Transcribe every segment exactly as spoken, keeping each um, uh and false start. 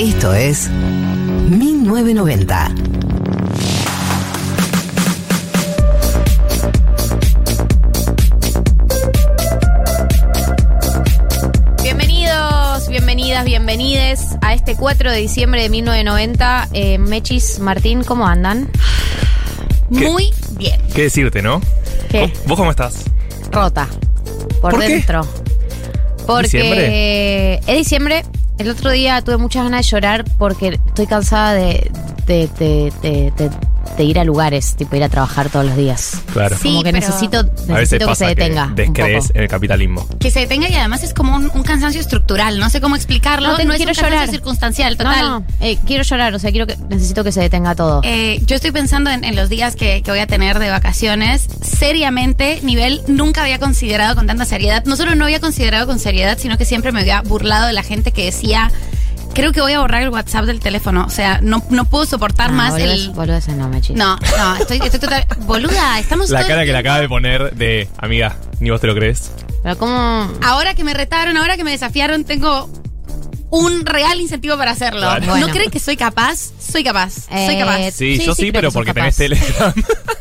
Esto es mil novecientos noventa. Bienvenidos, bienvenidas, bienvenides a este cuatro de diciembre de mil novecientos noventa. Eh, Mechis, Martín, ¿cómo andan? ¿Qué? Muy bien. ¿Qué decirte, no? ¿Qué? ¿Vos cómo estás? Rota. Por, ¿Por qué? dentro. Porque ¿Diciembre? es diciembre. El otro día tuve muchas ganas de llorar porque estoy cansada de, de, de, de, de, de ir a lugares, tipo ir a trabajar todos los días. Claro. Sí, Como que pero necesito, A veces necesito que pasa se detenga. que un descrees poco. en el capitalismo. Que se detenga y además es como un, un cansancio estructural. No sé cómo explicarlo. No, No, te- es quiero un cansancio llorar. circunstancial, total. No, no, eh, quiero llorar, o sea, quiero que necesito que se detenga todo. Eh, yo estoy pensando en, en los días que, que voy a tener de vacaciones. Seriamente, nivel nunca había considerado con tanta seriedad. No solo no había considerado con seriedad, sino que siempre me había burlado de la gente que decía, creo que voy a borrar el WhatsApp del teléfono. O sea, no, no puedo soportar Ah, más boludeces, el... boludeces no, Mechis. No, no, estoy, estoy total... Boluda, estamos La todo cara el que le tiempo- acaba de poner de, amiga, ni vos te lo crees. Pero cómo... Ahora que me retaron, ahora que me desafiaron, tengo un real incentivo para hacerlo. Claro. Bueno. ¿No creen que soy capaz? Soy capaz, soy Eh, capaz. Sí, Sí, yo sí sí, creo pero que sos porque capaz. tenés Telegram.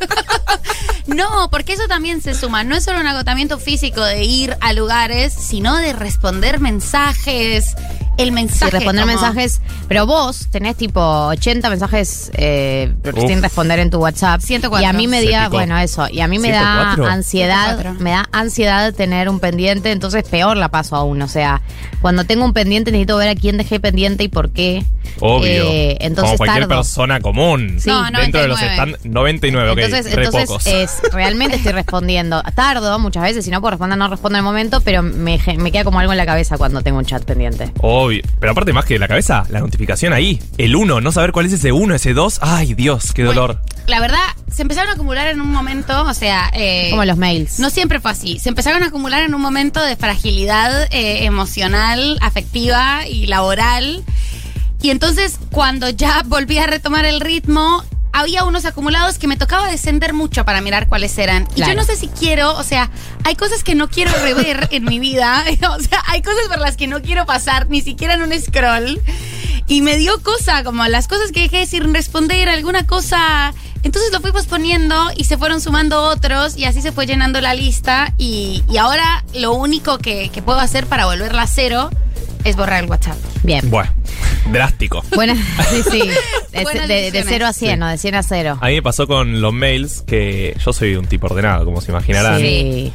No, porque eso también se suma. No es solo un agotamiento físico de ir a lugares, sino de responder mensajes. El mensaje. Sí, responder como- mensajes. Pero vos tenés tipo ochenta mensajes eh, Uf. sin responder en tu WhatsApp. ciento cuatro. Y a mí me Se da, picó. bueno, eso. Y a mí me ¿ciento da cuatro? ansiedad. ciento cuatro. Me da ansiedad tener un pendiente, entonces peor la paso aún. O sea, cuando tengo un pendiente necesito ver a quién dejé pendiente y por qué. Obvio. Eh, entonces Como cualquier tardo. persona común. Sí. No, Dentro de los noventa y nueve. stand noventa y nueve, ok. Entonces, re entonces pocos. es, realmente estoy respondiendo. Tardo muchas veces, si no puedo responder, no respondo en el momento, pero me, ge- me queda como algo en la cabeza cuando tengo un chat pendiente. Obvio. Pero aparte más que la cabeza, la notificación ahí. El uno, no saber cuál es ese uno, ese dos. Ay, Dios, qué Bueno, dolor. La verdad, se empezaron a acumular en un momento, o sea... eh, Como los mails. No siempre fue así. Se empezaron a acumular en un momento de fragilidad eh, emocional, afectiva y laboral. Y entonces, cuando ya volví a retomar el ritmo, había unos acumulados que me tocaba descender mucho para mirar cuáles eran. Y Claro. yo no sé si quiero, o sea, hay cosas que no quiero rever en mi vida. O sea, hay cosas por las que no quiero pasar, ni siquiera en un scroll. Y me dio cosa, como las cosas que dejé sin responder, alguna cosa... Entonces lo fui posponiendo y se fueron sumando otros y así se fue llenando la lista. Y, y ahora lo único que, que puedo hacer para volverla a cero es borrar el WhatsApp. Bien. Bueno, drástico. Buenas, sí, sí. De, Buenas de- de decisiones. cero a cien, Sí. no, de cien a cero. A mí me pasó con los mails que yo soy un tipo ordenado, como se imaginarán. Sí.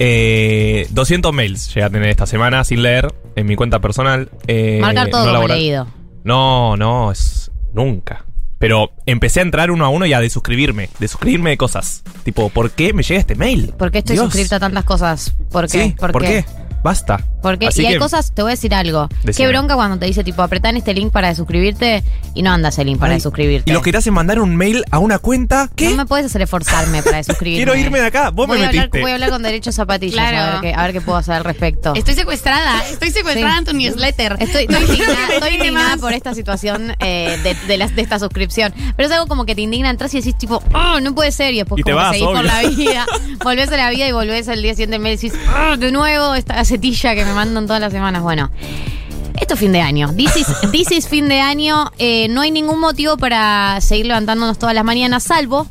Eh, doscientos mails llegué a tener esta semana sin leer en mi cuenta personal. Eh, Marcar todo no como laboral. leído. No, no, es nunca. Pero empecé a entrar uno a uno y a desuscribirme. Desuscribirme de cosas. Tipo, ¿por qué me llega este mail? ¿Por qué estoy Dios. suscripta a tantas cosas? ¿Por qué? Sí, ¿por, qué? Basta. Porque, Así y hay que- cosas, te voy a decir algo. Decime. Qué bronca cuando te dice, tipo, apretá en este link para desuscribirte y no andas el link para Ay, desuscribirte. Y los que te hacen mandar un mail a una cuenta, ¿qué? No me puedes hacer esforzarme para desuscribirme. Quiero irme de acá. Vos voy me a hablar, metiste. voy a hablar con derechos zapatillas Claro. a, ver qué, a ver qué puedo hacer al respecto. Estoy secuestrada, estoy secuestrada Sí. en tu newsletter. Estoy, estoy No indignada, me estoy tiene indignada más. por esta situación eh, de, de, las- de esta suscripción. Pero es algo como que te indigna, entras y decís tipo, oh, no puede ser. Y después Y te como vas, que seguís por obvio. la vida. Volvés a la vida y volvés al día siguiente del mes y decís, oh, de nuevo esta gacetilla que me mandan todas las semanas. Bueno, esto es fin de año. This is, this is fin de año. Eh, no hay ningún motivo para seguir levantándonos todas las mañanas, salvo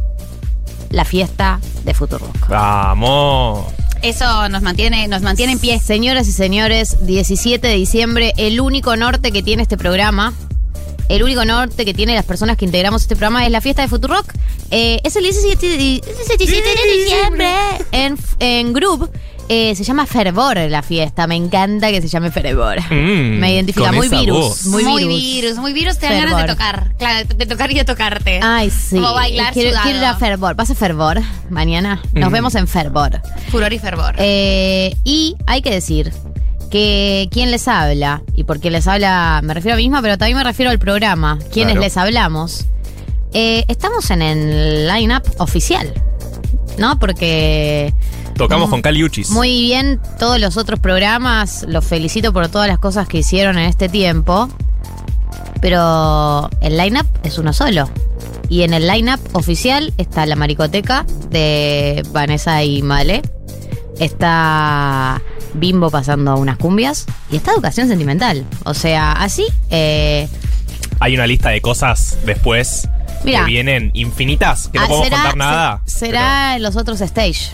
la fiesta de Futurock. Vamos. Eso nos mantiene, nos mantiene en pie. Señoras y señores, diecisiete de diciembre, el único norte que tiene este programa, el único norte que tiene las personas que integramos este programa es la fiesta de Futurock. Eh, es el diecisiete de, diecisiete de diciembre en, en Groove. Eh, se llama Fervor la fiesta. Me encanta que se llame Fervor. Mm, Me identifica. con Muy esa virus. voz. Muy, Muy virus. virus, muy virus, te dan Fervor. ganas de tocar. Claro, de tocar y de tocarte. Ay, sí. Como bailar quiero, sudado. quiero ir a Fervor. ¿Pasa Fervor mañana? Nos Mm. vemos en Fervor. Furor y fervor. Eh, y hay que decir que quien les habla, y por quien les habla me refiero a mí misma, pero también me refiero al programa, quienes Claro. les hablamos, eh, estamos en el line-up oficial, ¿no? Porque Tocamos Mm, con Cali Uchis. muy bien todos los otros programas, los felicito por todas las cosas que hicieron en este tiempo, pero el line-up es uno solo. Y en el line-up oficial está la Maricoteca de Vanessa y Male. Está Bimbo pasando unas cumbias y está Educación Sentimental. O sea, así... Eh, Hay una lista de cosas después Mirá. que vienen infinitas, que no ah, podemos será, contar nada. se- será en los otros stage.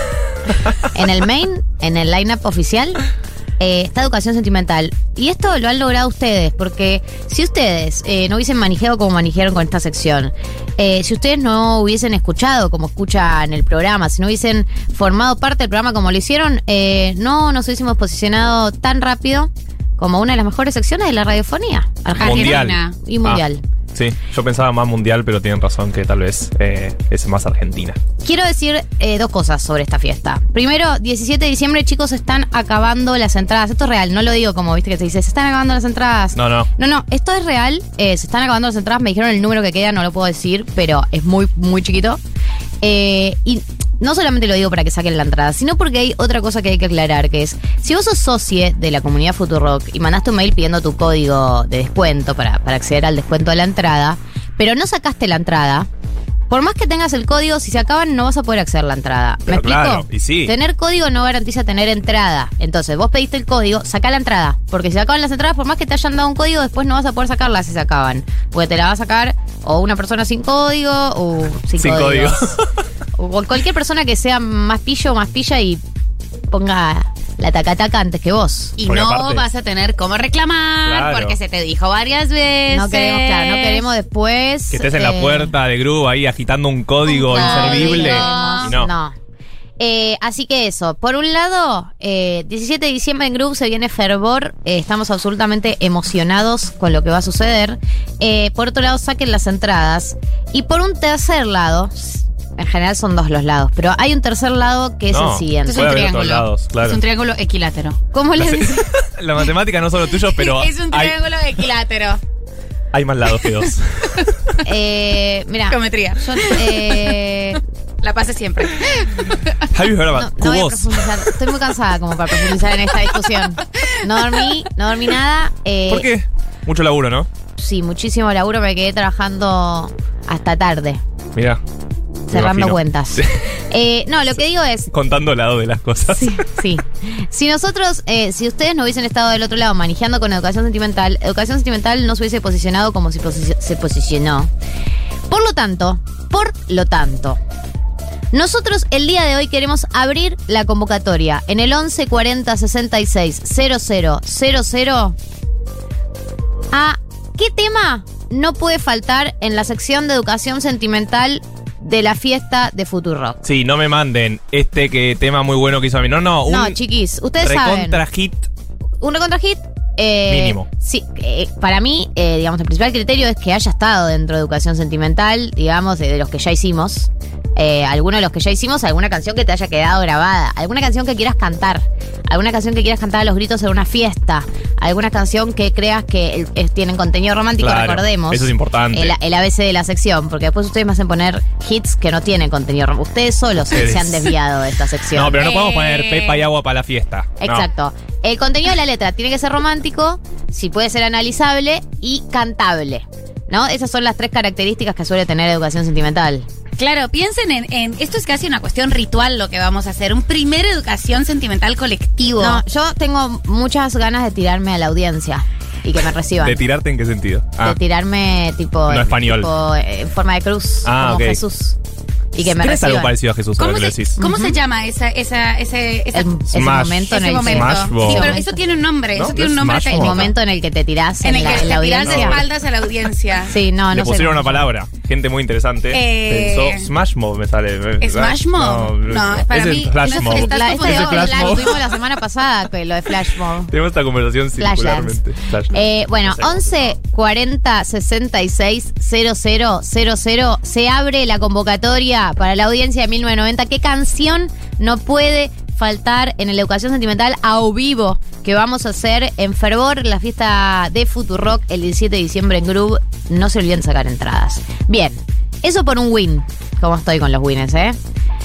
En el main, en el lineup oficial, eh, está Educación Sentimental. Y esto lo han logrado ustedes, porque si ustedes eh, no hubiesen manejado como manejaron con esta sección, eh, si ustedes no hubiesen escuchado como escuchan el programa, si no hubiesen formado parte del programa como lo hicieron, eh, no nos hubiésemos posicionado tan rápido como una de las mejores secciones de la radiofonía argentina Mundial. y mundial. Ah, sí, yo pensaba más mundial, pero tienen razón que tal vez eh, es más Argentina. Quiero decir eh, dos cosas sobre esta fiesta. Primero, diecisiete de diciembre, chicos, se están acabando las entradas. Esto es real, no lo digo como viste que te dice, se están acabando las entradas. No, no. No, no, esto es real. eh, se están acabando las entradas. Me dijeron el número que queda, no lo puedo decir, pero es muy, muy chiquito. Eh, y no solamente lo digo para que saquen la entrada, sino porque hay otra cosa que hay que aclarar, que es, si vos sos socie de la comunidad Futurock y mandaste un mail pidiendo tu código de descuento para, para acceder al descuento de la entrada, pero no sacaste la entrada, por más que tengas el código, si se acaban no vas a poder acceder a la entrada. ¿Me Pero explico? claro, y sí. Tener código no garantiza tener entrada. Entonces, vos pediste el código, sacá la entrada. Porque si se acaban las entradas, por más que te hayan dado un código, después no vas a poder sacarla si se acaban. Porque te la va a sacar o una persona sin código o sin, Sin código. código. O cualquier persona que sea más pillo o más pilla y ponga la tacataca antes que vos. Y Porque no aparte- vas a tener cómo reclamar Claro. porque se te dijo varias veces. No queremos, claro, no queremos después. Que estés en la eh, puerta de Groove ahí agitando un código no, inservible. no, Y no. no. Eh, así que eso, por un lado, eh, diecisiete de diciembre en Groove se viene fervor, eh, estamos absolutamente emocionados con lo que va a suceder. Eh, por otro lado, saquen las entradas. Y por un tercer lado, en general son dos los lados, pero hay un tercer lado que es No. el siguiente. Es Puede un haber triángulo. otros lados, claro. Es un triángulo equilátero. ¿Cómo La, le se- dicen? la matemática no solo tuyo, pero es un hay, triángulo equilátero. hay más lados que dos. Eh, mira, Geometría. yo eh, La pase siempre. Have you heard no, about no voy a cubos? profundizar. Estoy muy cansada como para profundizar en esta discusión. No dormí, no dormí nada. eh, ¿Por qué? Mucho laburo, ¿no? Sí, muchísimo laburo, me quedé trabajando hasta tarde, Mira. cerrando imagino. cuentas. Sí. Eh, no, lo que digo es, Contando el lado de las cosas. sí, sí. Si nosotros, eh, si ustedes no hubiesen estado del otro lado manejando con educación sentimental, educación sentimental no se hubiese posicionado como si posi- se posicionó. Por lo tanto, por lo tanto, nosotros el día de hoy queremos abrir la convocatoria en el once cuarenta sesenta y seis cero cero cero cero. ¿A qué tema no puede faltar en la sección de educación sentimental de la fiesta de Futurock? Sí, no me manden este que tema muy bueno que hizo a mí. No, no, un No, chiquis, ustedes saben. recontra hit. Un recontra hit. eh, Mínimo. Sí, eh, para mí, eh, digamos, el principal criterio es que haya estado dentro de educación sentimental, digamos, de, de los que ya hicimos. Eh, alguno de los que ya hicimos, alguna canción que te haya quedado grabada, alguna canción que quieras cantar, alguna canción que quieras cantar a los gritos en una fiesta, alguna canción que creas que el- es- tienen contenido romántico, Claro, recordemos. eso es importante. El, el A B C de la sección, porque después ustedes me hacen poner hits que no tienen contenido romántico. Ustedes solos se- Ustedes. se han desviado de esta sección. No, pero no podemos poner Eh. pepa y agua para la fiesta. No. Exacto. El contenido de la letra tiene que ser romántico, si puede ser analizable y cantable. ¿No? Esas son las tres características que suele tener educación sentimental. Claro, piensen en, en- esto es casi una cuestión ritual lo que vamos a hacer, un primer educación sentimental colectivo. No, yo tengo muchas ganas de tirarme a la audiencia y que me reciban. ¿De tirarte en qué sentido? Ah. De tirarme tipo, No español. tipo, eh, en forma de cruz, Ah, como ok. Jesús. Y que me ¿Crees algo reciban. parecido a Jesús ¿Cómo, ahora que lo se, decís? cómo se llama esa, esa, ese, esa- El- ese Smash. momento en ese el momento? Smash Ball. Sí, pero Ese eso tiene un nombre, ¿No? eso ¿No tiene es un nombre Smash el técnico. Ball? momento en el que te tirás en, en el la, que en la te tirás de audiencia. espaldas a la audiencia. Sí, no, Le no sé. pusieron cómo una se llama. palabra. Gente muy interesante. Eh, Pensó Smash Mob, me sale. ¿Smash Mob? No, es para es mí- el Flash no, Mob. estás La, esta confundiendo Es el lo Flash la Mob. tuvimos la semana pasada, que lo de Flash Mob. Tenemos esta conversación circularmente. Flash Mob. Eh, bueno, No sé cómo se once cuarenta sesenta y seis cero cero cero cero se abre la convocatoria para la audiencia de mil novecientos noventa. ¿Qué canción no puede faltar en la educación sentimental a vivo que vamos a hacer en Fervor, la fiesta de Futurock el diecisiete de diciembre en Groove? No se olviden sacar entradas. Bien, eso por un win, como estoy con los wins, ¿eh?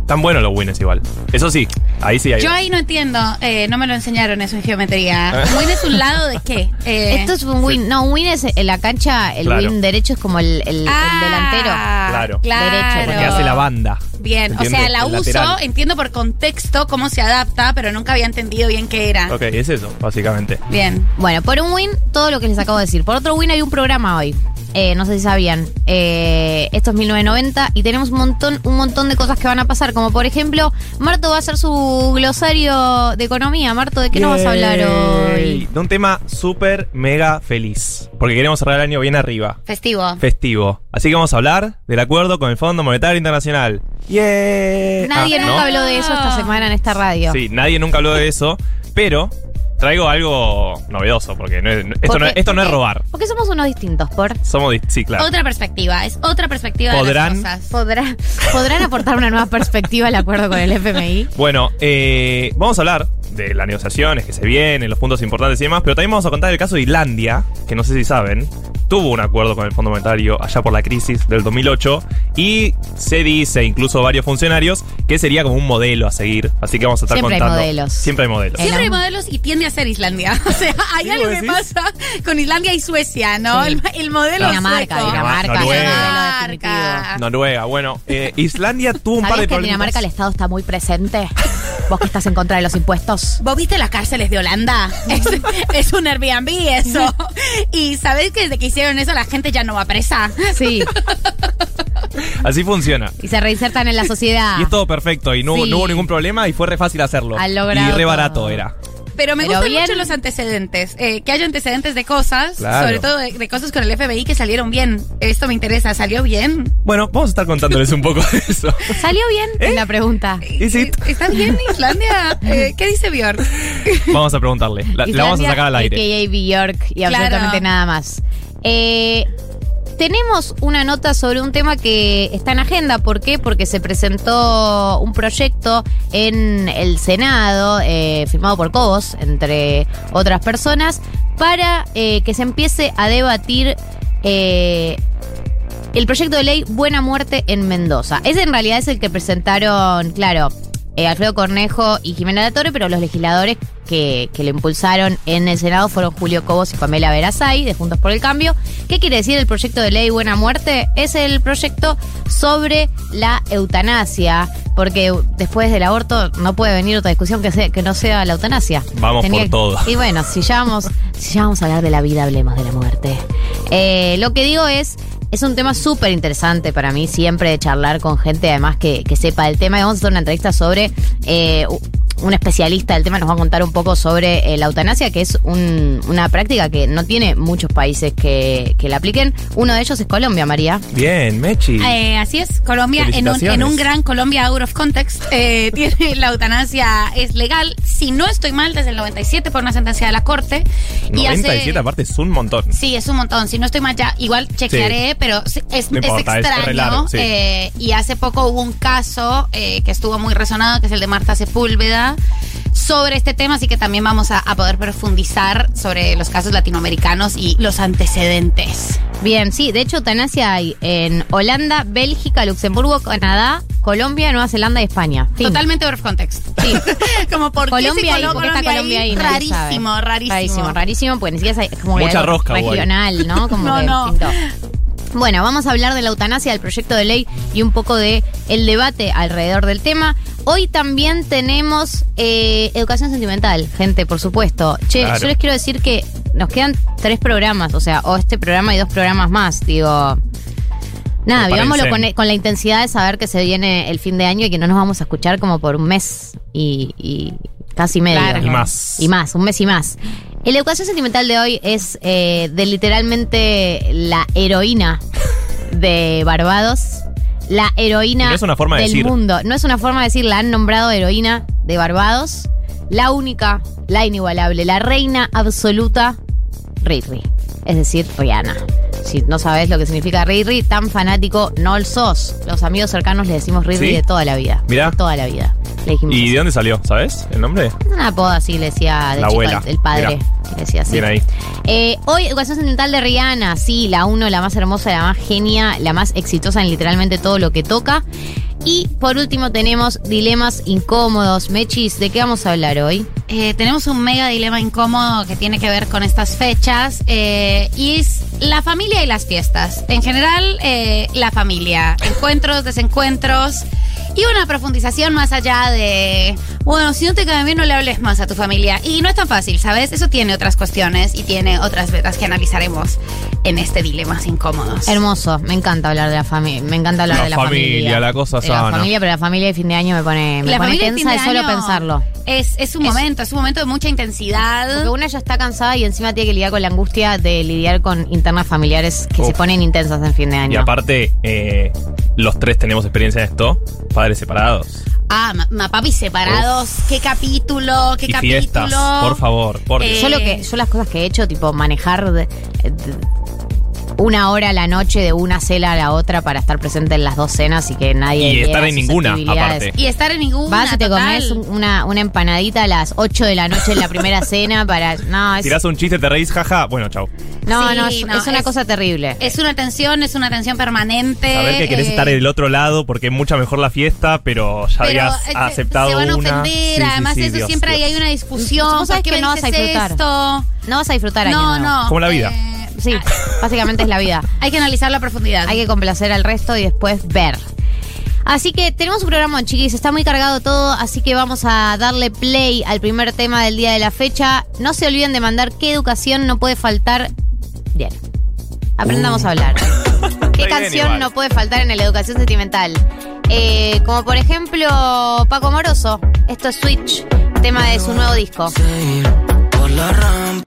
Están buenos los wins igual. Eso sí, ahí sí hay. Yo ahí no entiendo, eh, no me lo enseñaron eso en geometría. ¿Un win es un lado de qué? Eh, Esto es un win. No, un win es en la cancha, el Claro. win derecho es como el, el- el ah, delantero. Claro. claro. Porque hace la banda. Bien, o ¿Entiendes? sea, la El uso, lateral. entiendo por contexto cómo se adapta, pero nunca había entendido bien qué era. Ok, es eso, básicamente. Bien. Bueno, por un win, todo lo que les acabo de decir. Por otro win hay un programa hoy. Eh, no sé si sabían. Eh, esto es mil novecientos noventa y tenemos un montón, un montón de cosas que van a pasar. Como por ejemplo, Marto va a hacer su glosario de economía. Marto, ¿de qué nos vas a hablar hoy? Yay. De un tema súper mega feliz. Porque queremos cerrar el año bien arriba. Festivo. Festivo. Así que vamos a hablar del acuerdo con el Fondo Monetario Internacional. ¡Yeah! Nadie Ah, nunca ¿no? habló de eso esta semana en esta radio. Sí, nadie nunca habló de eso. Pero traigo algo novedoso. Porque no es- esto, Porque- no es, esto no es robar. Porque somos unos distintos, por. Somos. di- Sí, claro. Otra perspectiva, es otra perspectiva Podrán- de las cosas. ¿Podrá- ¿Podrán aportar una nueva perspectiva al acuerdo con el F M I? Bueno, eh, vamos a hablar de las negociaciones que se vienen, los puntos importantes y demás, pero también vamos a contar el caso de Islandia, que no sé si saben, tuvo un acuerdo con el Fondo Monetario allá por la crisis del dos mil ocho y se dice, incluso varios funcionarios, que sería como un modelo a seguir. Así que vamos a estar Siempre hay contando. modelos. Siempre hay modelos. Siempre hay El am- modelos y tiende a ser Islandia. O sea, hay ¿Sí, algo vos que decís? pasa con Islandia y Suecia, ¿no? Sí. El, el modelo Dinamarca, sueco. Dinamarca, es el Noruega. modelo definitivo. Dinamarca. Noruega, bueno, eh, Islandia tuvo un par ¿Sabías de que en problemas. Dinamarca el Estado está muy presente? Vos que estás en contra de los impuestos. ¿Vos viste las cárceles de Holanda? Es, es un Airbnb eso. Y sabés que desde que hicieron eso la gente ya no va presa. Sí, Así funciona. y se reinsertan en la sociedad. Y es todo perfecto y no, hubo- Sí. no hubo ningún problema y fue re fácil hacerlo. Han logrado y re todo. barato era. Pero me Pero gustan bien. mucho los antecedentes. Eh, que haya antecedentes de cosas, Claro. sobre todo de, de cosas con el F B I que salieron bien. Esto me interesa. ¿Salió bien? Bueno, vamos a estar contándoles un poco de eso. ¿Salió bien? ¿Eh? Es la pregunta. Is it? ¿Está bien Islandia? Eh, ¿Qué dice Björk? Vamos a preguntarle. La, la vamos a Islandia, sacar al aire. A K A Bjork y Claro. absolutamente nada más. Eh, tenemos una nota sobre un tema que está en agenda. ¿Por qué? Porque se presentó un proyecto en el Senado, eh, firmado por Cobos, entre otras personas, para eh, que se empiece a debatir eh, el proyecto de ley Buena Muerte en Mendoza. Ese en realidad es el que presentaron, claro, eh, Alfredo Cornejo y Jimena La Torre, pero los legisladores que, que lo impulsaron en el Senado fueron Julio Cobos y Pamela Verazay, de Juntos por el Cambio. ¿Qué quiere decir el proyecto de ley Buena Muerte? Es el proyecto sobre la eutanasia, porque después del aborto no puede venir otra discusión que, sea, que no sea la eutanasia. Vamos por todo. Y bueno, si ya vamos, si ya vamos a hablar de la vida, hablemos de la muerte. Eh, lo que digo es, es un tema súper interesante para mí, siempre de charlar con gente además que, que sepa del tema. Y vamos a hacer una entrevista sobre eh, un especialista del tema, nos va a contar un poco sobre eh, la eutanasia, que es un- una práctica que no tiene muchos países que, que la apliquen. Uno de ellos es Colombia, María. Bien, Mechi. Eh, así es, Colombia, en un, Felicitaciones. en un gran Colombia out of context, eh, tiene la eutanasia, es legal, si no estoy mal, desde el noventa y siete por una sentencia de la Corte. Y noventa y siete hace- aparte es un montón. Sí, es un montón. Si no estoy mal ya, igual chequearé, pero sí, es, No es importa, es extraño. re largo, sí. eh, y hace poco hubo un caso eh, que estuvo muy resonado, que es el de Marta Sepúlveda, sobre este tema, así que también vamos a, a poder profundizar sobre los casos latinoamericanos y los antecedentes. Bien, sí, de hecho eutanasia hay en Holanda, Bélgica, Luxemburgo, Canadá, Colombia, Nueva Zelanda y España. Fin. Totalmente out of context. Sí. Como por qué se Colombia ahí, coló porque está Colombia ahí, nadie sabe. rarísimo, rarísimo. Rarísimo, rarísimo, porque ni siquiera es como que Mucha algo rosca, igual. regional, ¿no? Como No, que no. distinto. Bueno, vamos a hablar de la eutanasia, del proyecto de ley y un poco de el debate alrededor del tema. Hoy también tenemos eh, educación sentimental, gente, por supuesto. Che, Claro. yo les quiero decir que nos quedan tres programas, o sea, o este programa y dos programas más, digo. Nada, Prepárense. vivámoslo con, con la intensidad de saber que se viene el fin de año y que no nos vamos a escuchar como por un mes y, y casi medio. Claro. Y más. Y más, un mes y más. La educación sentimental de hoy es eh, de literalmente la heroína de Barbados. La heroína Y no es una forma de del decir. mundo. No es una forma de decir, la han nombrado heroína de Barbados. La única, la inigualable, la reina absoluta, Riri. Es decir, Rihanna. Si no sabes lo que significa Riri, tan fanático no lo sos. Los amigos cercanos le decimos Riri ¿Sí? de toda la vida. Mirá. De toda la vida. Le dijimos ¿Y así. de dónde salió? ¿Sabes el nombre? Una apoda así le decía de La chico abuela. el, el padre. Mirá. Le decía así. Bien ahí. Eh, hoy, educación sentimental de Rihanna, sí, la uno, la más hermosa, la más genia, la más exitosa en literalmente todo lo que toca. Y por último tenemos dilemas incómodos. Mechis, ¿de qué vamos a hablar hoy? Eh, tenemos un mega dilema incómodo que tiene que ver con estas fechas eh, y es la familia y las fiestas. En general, eh, la familia. Encuentros, desencuentros y una profundización más allá de, bueno, si no te cae bien no le hables más a tu familia. Y no es tan fácil, ¿sabes? Eso tiene otras cuestiones y tiene otras vetas que analizaremos en este Dilemas Incómodos. Hermoso, me encanta hablar de la familia. Me encanta hablar La de la familia, familia. la cosa de la sana. familia, pero la familia de fin de año me pone, me La pone familia de fin tensa de de solo año pensarlo. Es, es un Es- momento, es un momento de mucha intensidad. Porque una ya está cansada y encima tiene que lidiar con la angustia de lidiar con internas familiares que Uf. se ponen intensas en fin de año. Y aparte, eh, los tres tenemos experiencia en esto. Padres separados. Ah, ma- mapapis separados, qué capítulo, qué y capítulo. fiestas, por favor. Por Dios. Eh, Yo lo que, yo las cosas que he hecho, tipo manejar de- de- una hora a la noche de una cena a la otra para estar presente en las dos cenas y que nadie Y hiera estar en ninguna, susceptibilidades. aparte. Y estar en ninguna. Vas y te total. comes un- una, una empanadita a las ocho de la noche en la primera cena para. No, es, Tirás un chiste, te reís, jaja. Bueno, chau. no, Sí, no, es, no, es una es- cosa terrible. Es una tensión, es una tensión permanente. Saber que querés eh, estar del otro lado porque es mucha mejor la fiesta, pero ya pero, habías eh, aceptado se van a una. ofender, Sí, sí, además sí, de eso Dios, siempre Dios. hay una discusión. Vos sabés ¿por qué que no me vas a dices disfrutar. esto? No vas a disfrutar año No, nuevo. no. Como la vida. eh, Sí, básicamente es la vida. Hay que analizar la profundidad. Hay que complacer al resto y después ver. Así que tenemos un programa, chiquis, está muy cargado todo, así que vamos a darle play al primer tema del día de la fecha. No se olviden de mandar qué educación no puede faltar. Bien, aprendamos a hablar. ¿Qué Está bien canción igual. no puede faltar en la educación sentimental? Eh, como por ejemplo Paco Moroso, esto es Switch, tema de su nuevo disco. Por la rampa.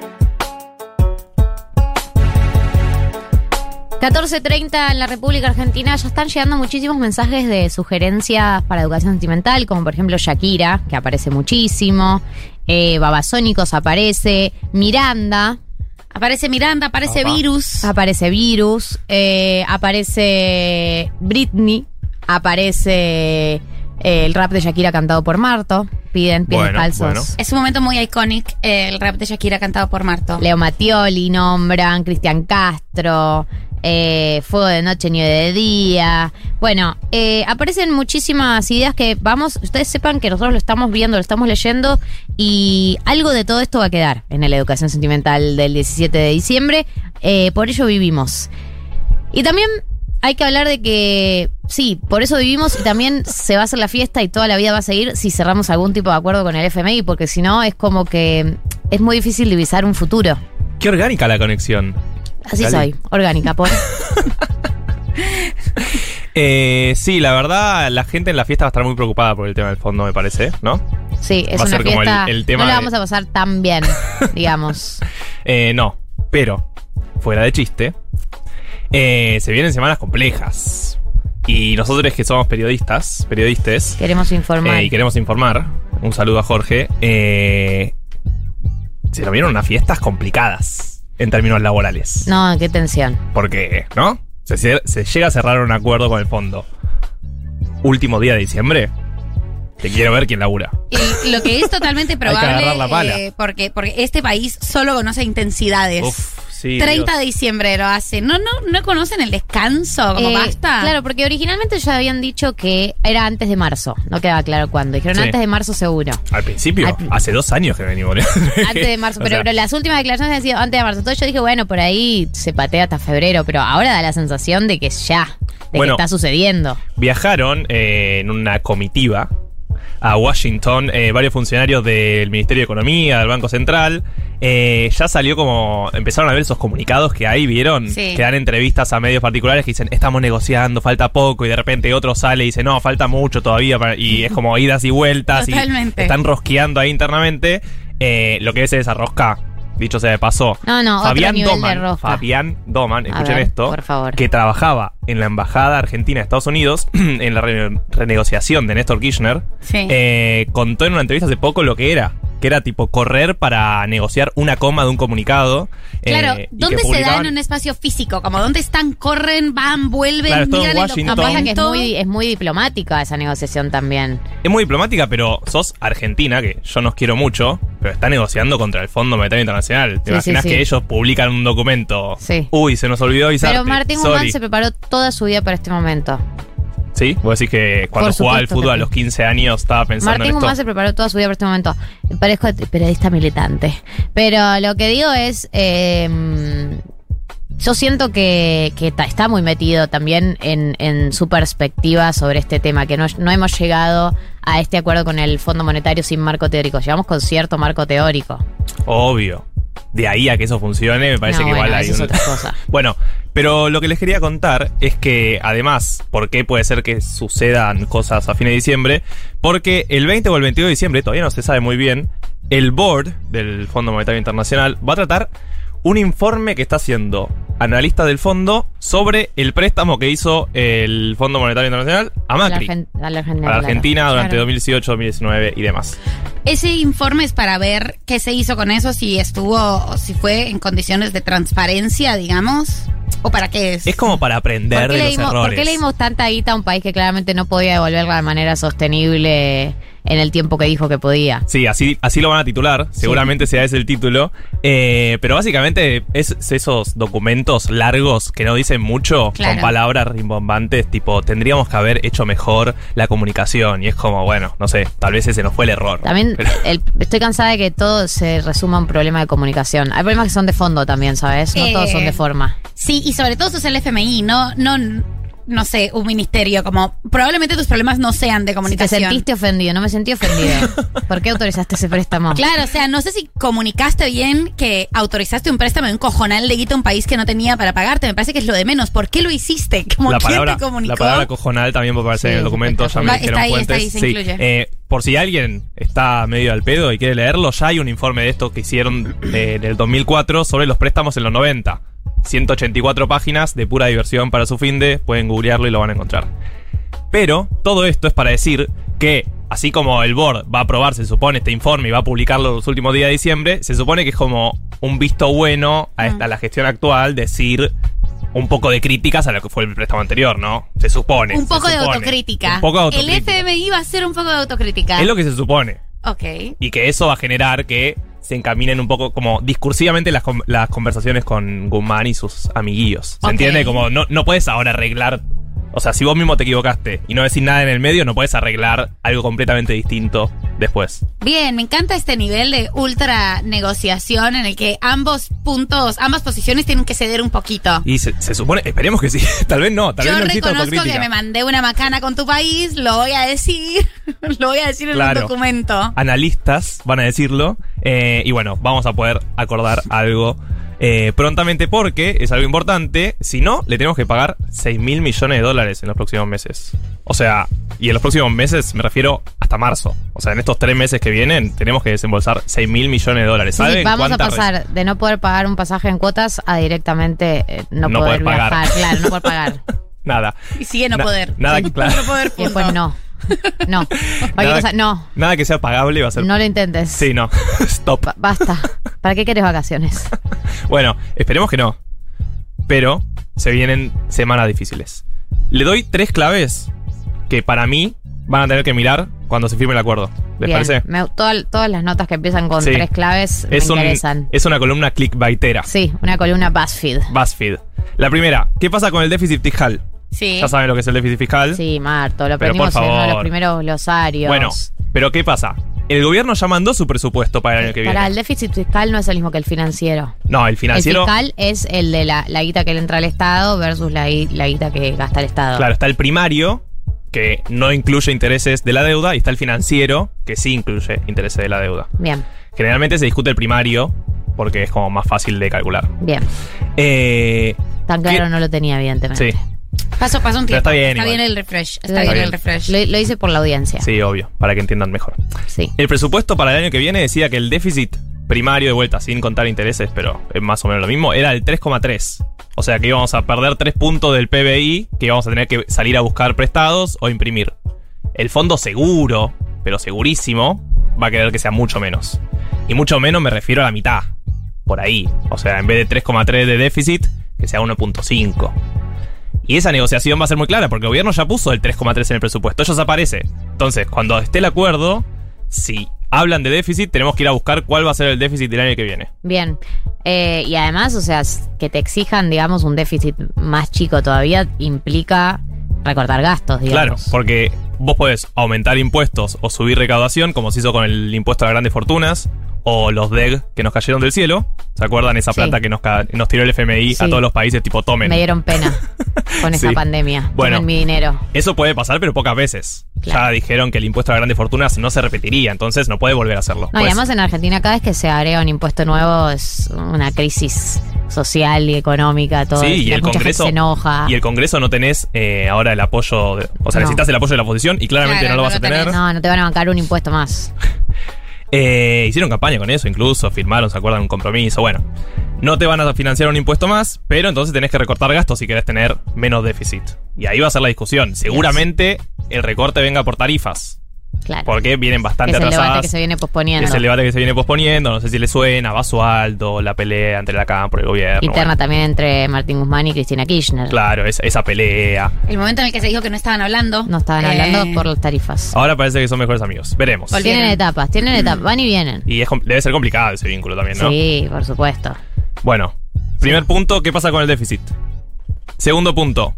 catorce treinta en la República Argentina. Ya están llegando muchísimos mensajes de sugerencias para educación sentimental, como por ejemplo Shakira, que aparece muchísimo. Eh, Babasónicos aparece. Miranda, Aparece Miranda, aparece Opa. Virus. aparece Virus. Eh, aparece Britney. Aparece eh, el rap de Shakira cantado por Marto. Piden pies Bueno, descalzos. bueno. Es un momento muy icónico, eh, el rap de Shakira cantado por Marto. Leo Mattioli nombran, Cristian Castro, eh, Fuego de Noche, Nieve de Día. Bueno, eh, aparecen muchísimas ideas que vamos, ustedes sepan que nosotros lo estamos viendo, lo estamos leyendo y algo de todo esto va a quedar en la educación sentimental del diecisiete de diciembre. Eh, por ello vivimos. Y también hay que hablar de que, sí, por eso vivimos y también se va a hacer la fiesta y toda la vida va a seguir si cerramos algún tipo de acuerdo con el F M I, porque si no es como que es muy difícil divisar un futuro. Qué orgánica la conexión. Así Dale. soy, orgánica, por. Eh, sí, la verdad, la gente en la fiesta va a estar muy preocupada por el tema del fondo, me parece, ¿no? Sí, es Va a una ser como el- fiesta. el tema no la de- vamos a pasar tan bien, digamos. Eh, no, pero, fuera de chiste, eh, se vienen semanas complejas. Y nosotros que somos periodistas, periodistas, Queremos informar. eh, y queremos informar, un saludo a Jorge, eh, se nos vieron unas fiestas complicadas en términos laborales. No, qué tensión. Porque, ¿no? Se, cier- se llega a cerrar un acuerdo con el fondo. Último día de diciembre, te quiero ver quién labura. Y lo que es totalmente que agarrar probable, la pala. eh, porque, porque este país solo conoce intensidades. Uf, sí, treinta Dios. de diciembre lo hace. ¿No, no, no conocen el descanso? Como Eh, basta. Claro, porque originalmente ya habían dicho que era antes de marzo. No quedaba claro cuándo. Dijeron Sí. antes de marzo seguro. Al principio, Al- hace dos años que venimos. Antes de marzo, O pero, sea, pero las últimas declaraciones han sido antes de marzo. Entonces yo dije, bueno, por ahí se patea hasta febrero, pero ahora da la sensación de que ya, de Bueno. que está sucediendo. viajaron eh, en una comitiva a Washington eh, varios funcionarios del Ministerio de Economía, del Banco Central. Eh, ya salió como, empezaron a ver esos comunicados que hay, ¿vieron? Sí. Que dan entrevistas a medios particulares que dicen, estamos negociando, falta poco, y de repente otro sale y dice, no, falta mucho todavía, para-", y es como idas y vueltas, Totalmente. y están rosqueando ahí internamente. Eh, lo que es esa rosca, dicho sea de paso. No, no, otro Fabián nivel de Doman, rosca. Fabián Doman, A escuchen ver, esto, por favor. que trabajaba en la Embajada Argentina de Estados Unidos, en la re- renegociación de Néstor Kirchner, Sí. eh, contó en una entrevista hace poco lo que era, que era tipo correr para negociar una coma de un comunicado. Claro, eh, y ¿dónde que se da publicaban- en un espacio físico? Como dónde están, corren, van, vuelven, Claro, es todo en miran el Washington. No, pasa que es documento. muy, es muy diplomática esa negociación también. Es muy diplomática, pero sos Argentina, que yo nos quiero mucho, pero está negociando contra el Fondo Monetario Internacional. ¿Te Sí, imaginas sí, sí. que ellos publican un documento? Sí. Uy, se nos olvidó avisarte. Pero Martín sorry. Guzmán se preparó toda su vida para este momento. Sí, ¿Sí? Vos decís que cuando Por jugaba al supuesto fútbol que a sí. los quince años estaba pensando Martín en esto. Guzmán se preparó toda su vida para este momento. Parezco periodista militante. Pero lo que digo es... Eh, yo siento que, que ta- está muy metido también en, en su perspectiva sobre este tema, que no, no hemos llegado a este acuerdo con el Fondo Monetario sin marco teórico. Llegamos con cierto marco teórico. Obvio. De ahí a que eso funcione, me parece No, que bueno, igual hay eso es un... otra cosa. Bueno, pero lo que les quería contar es que, además, ¿por qué puede ser que sucedan cosas a fines de diciembre? Porque el veinte o el veintidós de diciembre, todavía no se sabe muy bien, el board del Fondo Monetario Internacional va a tratar un informe que está haciendo analista del fondo sobre el préstamo que hizo el Fondo Monetario Internacional a Macri, A la, Argen- a la Argentina, a la Argentina claro. durante Claro. dos mil dieciocho, dos mil diecinueve y demás. Ese informe es para ver qué se hizo con eso, si estuvo, o si fue en condiciones de transparencia, digamos, o para qué es. Es como para aprender ¿Por qué, de le los dimos, errores. ¿Por qué le dimos tanta guita a un país que claramente no podía devolverla de manera sostenible en el tiempo que dijo que podía? Sí, así, así lo van a titular, seguramente sea ese el título. Eh, pero básicamente es esos documentos largos que no dicen mucho, Claro. con palabras rimbombantes, tipo, tendríamos que haber hecho mejor la comunicación. Y es como, bueno, no sé, tal vez ese no fue el error. También Pero- el- estoy cansada de que todo se resuma a un problema de comunicación. Hay problemas que son de fondo también, ¿sabes? No Eh, todos son de forma. Sí, y sobre todo eso es el F M I, no, no, no sé, un ministerio, como probablemente tus problemas no sean de Si te comunicación. sentiste ofendido, no me sentí ofendido. ¿Por qué autorizaste ese préstamo? Claro, o sea, no sé si comunicaste bien que autorizaste un préstamo de un cojonal de guita a un país que no tenía para pagarte. Me parece que es lo de menos. ¿Por qué lo hiciste? Como la quién palabra, te comunicó. la palabra cojonal también va a aparecer Sí, en el documento, ya me Va- dijeron está ahí, fuentes. está ahí, se Sí, incluye. eh, por si alguien está medio al pedo y quiere leerlo, ya hay un informe de esto que hicieron eh, en el dos mil cuatro sobre los préstamos en los noventa. ciento ochenta y cuatro páginas de pura diversión para su finde, pueden googlearlo y lo van a encontrar. Pero todo esto es para decir que, así como el board va a aprobar, se supone, este informe y va a publicarlo los últimos días de diciembre, se supone que es como un visto bueno a, esta, a la gestión actual, decir un poco de críticas a lo que fue el préstamo anterior, ¿no? Se supone. Un poco se de supone. autocrítica. Un poco de El autocrítica. F M I va a ser un poco de autocrítica. Es lo que se supone. Ok. Y que eso va a generar que se encaminen un poco como discursivamente las, con- las conversaciones con Guzmán y sus amiguillos. ¿Se Ok. entiende? Como no, no puedes ahora arreglar. O sea, si vos mismo te equivocaste y no decís nada en el medio, no puedes arreglar algo completamente distinto después. Bien, me encanta este nivel de ultra negociación en el que ambos puntos, ambas posiciones tienen que ceder un poquito. Y se, se supone, esperemos que sí. Tal vez no, tal Yo vez no existe reconozco autocrítica. que me mandé una macana con tu país, lo voy a decir, lo voy a decir en Claro. un documento. Analistas van a decirlo. eh, y bueno, vamos a poder acordar algo eh, prontamente porque es algo importante. Si no, le tenemos que pagar seis mil millones de dólares en los próximos meses. O sea, y en los próximos meses me refiero hasta marzo. O sea, en estos tres meses que vienen tenemos que desembolsar seis mil millones de dólares. Sí, ¿Saben vamos a cuánta pasar de no poder pagar un pasaje en cuotas a directamente eh, no, No poder poder pagar. viajar. Claro, no poder pagar. res- Nada. Y sigue no Na- poder. nada, Sigue claro. no poder, Y punto. después no. No. Cualquier Nada- cosa, no. Nada que sea pagable va a ser... No lo intentes. Sí, no. Stop. Ba- basta. ¿Para qué querés vacaciones? Bueno, esperemos que no. Pero se vienen semanas difíciles. Le doy tres claves que para mí van a tener que mirar cuando se firme el acuerdo. ¿Les Bien. parece? Me- toda- todas las notas que empiezan con Sí. tres claves Es, me un, interesan. es una columna clickbaitera. Sí, una columna BuzzFeed. BuzzFeed. La primera, ¿qué pasa con el déficit fiscal? Sí. Ya saben lo que es el déficit fiscal. Sí, Marto, lo Pero aprendimos por en uno de los favor. primeros glosarios. Bueno, pero ¿qué pasa? El gobierno ya mandó su presupuesto para el año que viene. Para el déficit fiscal no es el mismo que el financiero. No, el financiero. El fiscal es el de la, la guita que le entra al Estado versus la, gui- la guita que gasta el Estado. Claro, está el primario, que no incluye intereses de la deuda, y está el financiero, que sí incluye intereses de la deuda. Bien, Generalmente se discute el primario, porque es como más fácil de calcular. bien. Eh, Tan claro ¿Qué? no lo tenía, evidentemente. sí, Paso, paso un Pero tiempo. está bien igual. el refresh. Está Está bien, bien. el refresh. Lo, lo hice por la audiencia. sí, obvio, para que entiendan mejor. Sí. El presupuesto para el año que viene decía que el déficit primario, de vuelta, sin contar intereses, pero es más o menos lo mismo, era el tres coma tres. O sea que íbamos a perder tres puntos del P B I que íbamos a tener que salir a buscar prestados o imprimir. El fondo seguro, pero segurísimo, va a querer que sea mucho menos. Y mucho menos me refiero a la mitad. Por ahí. O sea, en vez de tres coma tres de déficit, que sea uno punto cinco. Y esa negociación va a ser muy clara, porque el gobierno ya puso el tres coma tres en el presupuesto. Eso se aparece. Entonces, cuando esté el acuerdo, si hablan de déficit, tenemos que ir a buscar cuál va a ser el déficit del año que viene. Bien. Eh, y además, o sea, s- que te exijan, digamos, un déficit más chico todavía implica recortar gastos, digamos. Claro, porque vos podés aumentar impuestos o subir recaudación, como se hizo con el impuesto a las grandes fortunas, o los D E G que nos cayeron del cielo. ¿Se acuerdan esa Sí. plata que nos, ca- nos tiró el F M I Sí. a todos los países, tipo, tomen? Me dieron pena con esa Sí. pandemia. Bueno. Tomen mi dinero. Eso puede pasar, pero pocas veces. Claro. Ya dijeron que el impuesto a las grandes fortunas no se repetiría, entonces no puede volver a hacerlo. No, y Pues- además en Argentina cada vez que se agrega un impuesto nuevo es una crisis social y económica, todo. Sí, y mucha el gente Congreso se enoja. Y el Congreso no tenés eh, ahora el apoyo, de- o sea, No. necesitas el apoyo de la oposición y claramente Claro, no lo no vas a lo tener. tenés. No, no te van a bancar un impuesto más. Eh, hicieron campaña con eso, incluso firmaron, se acuerdan, un compromiso. Bueno, no te van a financiar un impuesto más, pero entonces tenés que recortar gastos si querés tener menos déficit. Y ahí va a ser la discusión. Seguramente el recorte venga por tarifas, Claro. porque vienen Que bastante es el debate atrasadas. que se viene posponiendo. Es el debate que se viene posponiendo, no sé si le suena, Basualdo, la pelea entre la Cámara y el gobierno. Interna bueno. también entre Martín Guzmán y Cristina Kirchner. Claro, esa, esa pelea. El momento en el que se dijo que no estaban hablando. No estaban eh, hablando por las tarifas. Ahora parece que son mejores amigos. Veremos. Volvi- Tienen Volvieron. etapas, tienen etapas, van y vienen. Y es com- debe ser complicado ese vínculo también, ¿no? Sí, por supuesto. Bueno, primer punto, ¿qué pasa con el déficit? Segundo punto,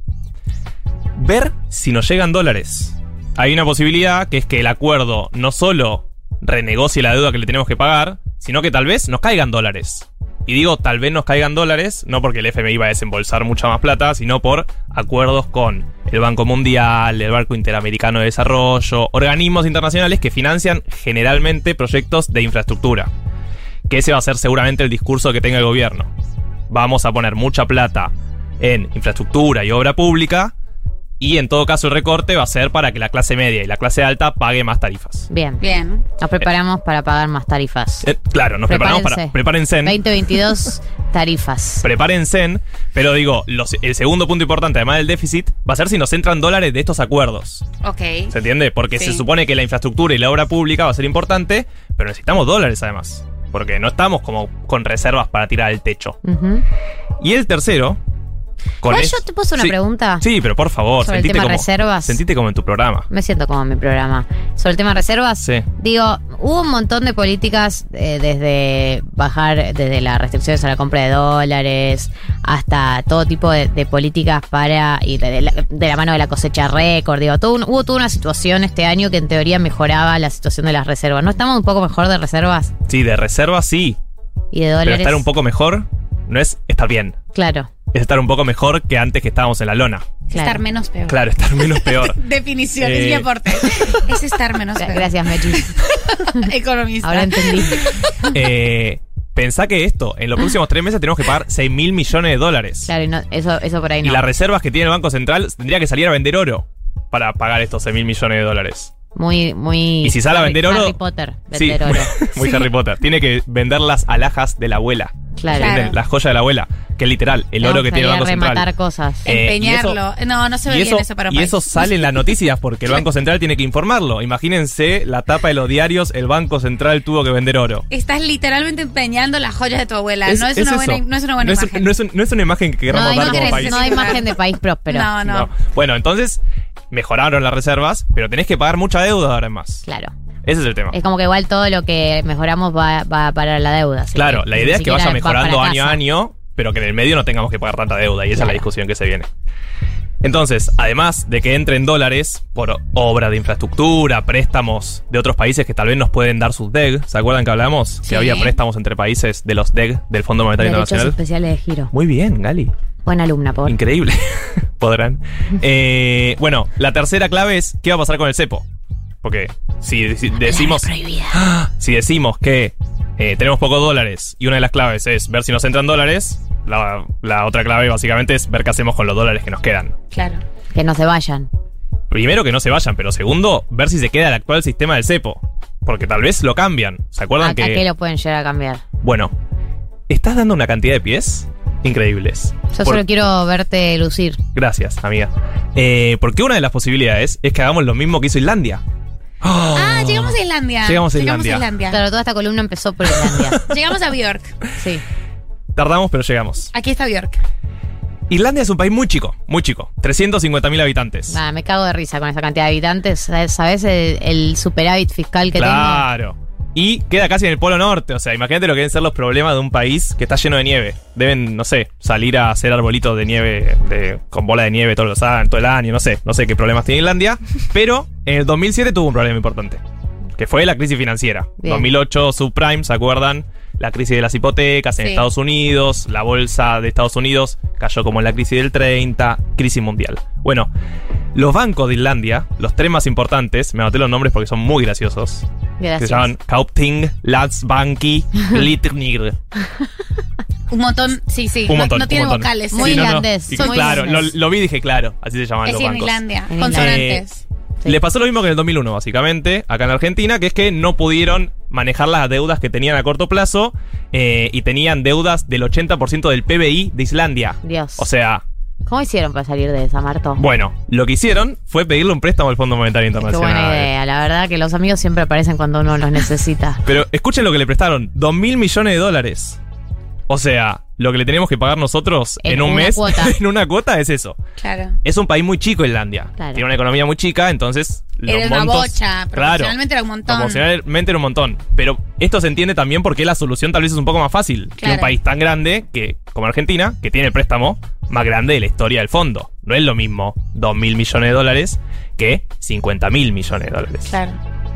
ver si nos llegan dólares. Hay una posibilidad que es que el acuerdo no solo renegocie la deuda que le tenemos que pagar, sino que tal vez nos caigan dólares. Y digo tal vez nos caigan dólares, no porque el F M I va a desembolsar mucha más plata, sino por acuerdos con el Banco Mundial, el Banco Interamericano de Desarrollo, organismos internacionales que financian generalmente proyectos de infraestructura. Que ese va a ser seguramente el discurso que tenga el gobierno. Vamos a poner mucha plata en infraestructura y obra pública, y en todo caso el recorte va a ser para que la clase media y la clase alta pague más tarifas. Bien. Bien. Nos preparamos para pagar más tarifas. Eh, claro, nos preparamos para... Prepárense. veinte veintidós tarifas. Prepárense, pero digo, los- el segundo punto importante, además del déficit, va a ser si nos entran dólares de estos acuerdos. Ok. ¿Se entiende? Porque Sí. se supone que la infraestructura y la obra pública va a ser importante, pero necesitamos dólares además. Porque no estamos como con reservas para tirar al techo. Ujú. Y el tercero... con ¿Puedo es- yo te puedo hacer una Sí. pregunta? Sí, pero por favor, Sobre el sentite tema como, reservas. sentite como en tu programa. Me siento como en mi programa. Sobre el tema de reservas, Sí. digo, hubo un montón de políticas eh, desde bajar, desde las restricciones a la compra de dólares, hasta todo tipo de, de políticas para, y de, de la, de la mano de la cosecha récord, digo, todo un- hubo toda una situación este año que en teoría mejoraba la situación de las reservas. ¿No estamos un poco mejor de reservas Sí, de reservas sí, y de pero dólares? estar un poco mejor no es estar bien. Claro, Es estar un poco mejor que antes que estábamos en la lona. claro. Estar menos peor. Claro, estar menos peor. Definición, es Eh. mi aporte. Es estar menos Gra- peor. Gracias, Mechi. Economista. Ahora entendí. Eh, pensá que esto, en los próximos tres meses tenemos que pagar seis mil millones de dólares. Claro, y no, eso, eso por ahí no. Y las reservas que tiene el Banco Central tendría que salir a vender oro para pagar estos seis mil millones de dólares. Muy, muy. Y si sale a Harry- vender oro- Harry Potter, Sí, vender oro. muy Harry Potter. Tiene que vender las alhajas de la abuela. Claro. ¿Entienden? Claro. Las joyas de la abuela. Que es literal, el Tenemos oro que que tiene el salir Banco a Central. rematar cosas. Eh, Empeñarlo. no, no se ve y bien eso, eso para un y país. eso sale en las noticias porque el Banco Central tiene que informarlo. Imagínense la tapa de los diarios, el Banco Central tuvo que vender oro. Estás literalmente empeñando las joyas de tu abuela. Es- no, es es una buena, eso. no es una buena No es, imagen. no es un- no es una imagen que No queramos hay, dar no como querés país. no hay imagen de país próspero. No, no. No. Bueno, entonces mejoraron las reservas, pero tenés que pagar mucha deuda ahora más. Claro. Ese es el tema. Es como que igual todo lo que mejoramos va, va para la deuda. así Claro, que la ni idea es que siquiera vaya va mejorando para año a casa. año, pero que en el medio no tengamos que pagar tanta deuda, y esa es la Claro. discusión que se viene. Entonces, además de que entren dólares por obra de infraestructura, préstamos de otros países que tal vez nos pueden dar sus D E G, ¿se acuerdan que hablamos? Sí. Que había préstamos entre países de los D E G, del Fondo Monetario Derechos Internacional. especiales de giro. Muy bien, Gali. Buena alumna, por. Increíble. Podrán. Eh, bueno, la tercera clave es ¿qué va a pasar con el cepo? Porque si, si decimos ¡Ah! si decimos que eh, tenemos pocos dólares y una de las claves es ver si nos entran dólares, la, la otra clave básicamente es ver qué hacemos con los dólares que nos quedan. Claro. Que no se vayan. Primero que no se vayan, pero segundo, ver si se queda el actual sistema del cepo. Porque tal vez lo cambian. ¿Se acuerdan Acá que...? que lo pueden llegar a cambiar. Bueno, estás dando una cantidad de pies increíbles. Yo Por- solo quiero verte lucir. Gracias, amiga. Eh, porque una de las posibilidades es que hagamos lo mismo que hizo Islandia. ¡Oh! Ah, llegamos a Islandia. Llegamos a Llegamos Islandia. a Islandia. Claro, toda esta columna empezó por Islandia. Llegamos a Bjork. Sí. Tardamos, pero llegamos. Aquí está Bjork. Islandia es un país muy chico, muy chico. trescientos cincuenta mil habitantes. Nada, me cago de risa con esa cantidad de habitantes. ¿Sabes el, el superávit fiscal que Claro. Y queda casi en el Polo Norte. O sea, imagínate lo que deben ser los problemas de un país que está lleno de nieve. Deben, no sé, salir a hacer arbolitos de nieve de, con bola de nieve todos los años, todo el año. No sé, no sé qué problemas tiene Islandia. Pero en el dos mil siete tuvo un problema importante, que fue la crisis financiera. Bien. dos mil ocho, subprime, ¿se acuerdan? La crisis de las hipotecas en Sí. Estados Unidos. La bolsa de Estados Unidos cayó como en la crisis del treinta. Crisis mundial. Bueno, los bancos de Islandia, los tres más importantes, me anoté los nombres porque son muy graciosos. Gracias. Que se llaman Kaupthing, Landsbanki, Glitnir. Un montón, sí, sí. Un no, montón, no un tiene montón. vocales. Muy sí. no, no. irlandés, Y son muy claro, lo, irlandés. lo vi y dije claro, así se llaman Es los en bancos. Islandia, En consonantes. Sí. Le pasó lo mismo que en el dos mil uno, básicamente, acá en Argentina, que es que no pudieron manejar las deudas que tenían a corto plazo eh, y tenían deudas del ochenta por ciento del P B I de Islandia. Dios. O sea, ¿Cómo hicieron para salir de esa, Marto? bueno, lo que hicieron fue pedirle un préstamo al Fondo Monetario Qué Internacional. buena idea. La verdad que los amigos siempre aparecen cuando uno los necesita. Pero escuchen lo que le prestaron, dos mil millones de dólares. O sea, lo que le tenemos que pagar nosotros en, En un una mes, cuota. en una cuota es eso. Claro. Es un país muy chico, Islandia. Claro. Tiene una economía muy chica, entonces los Era una montos- bocha, proporcionalmente era un montón. Proporcionalmente era un montón. Pero esto se entiende también porque la solución tal vez es un poco más fácil que un Claro. país tan grande que, como Argentina, que tiene el préstamo más grande de la historia del fondo. No es lo mismo dos mil millones de dólares que cincuenta mil millones de dólares. Claro.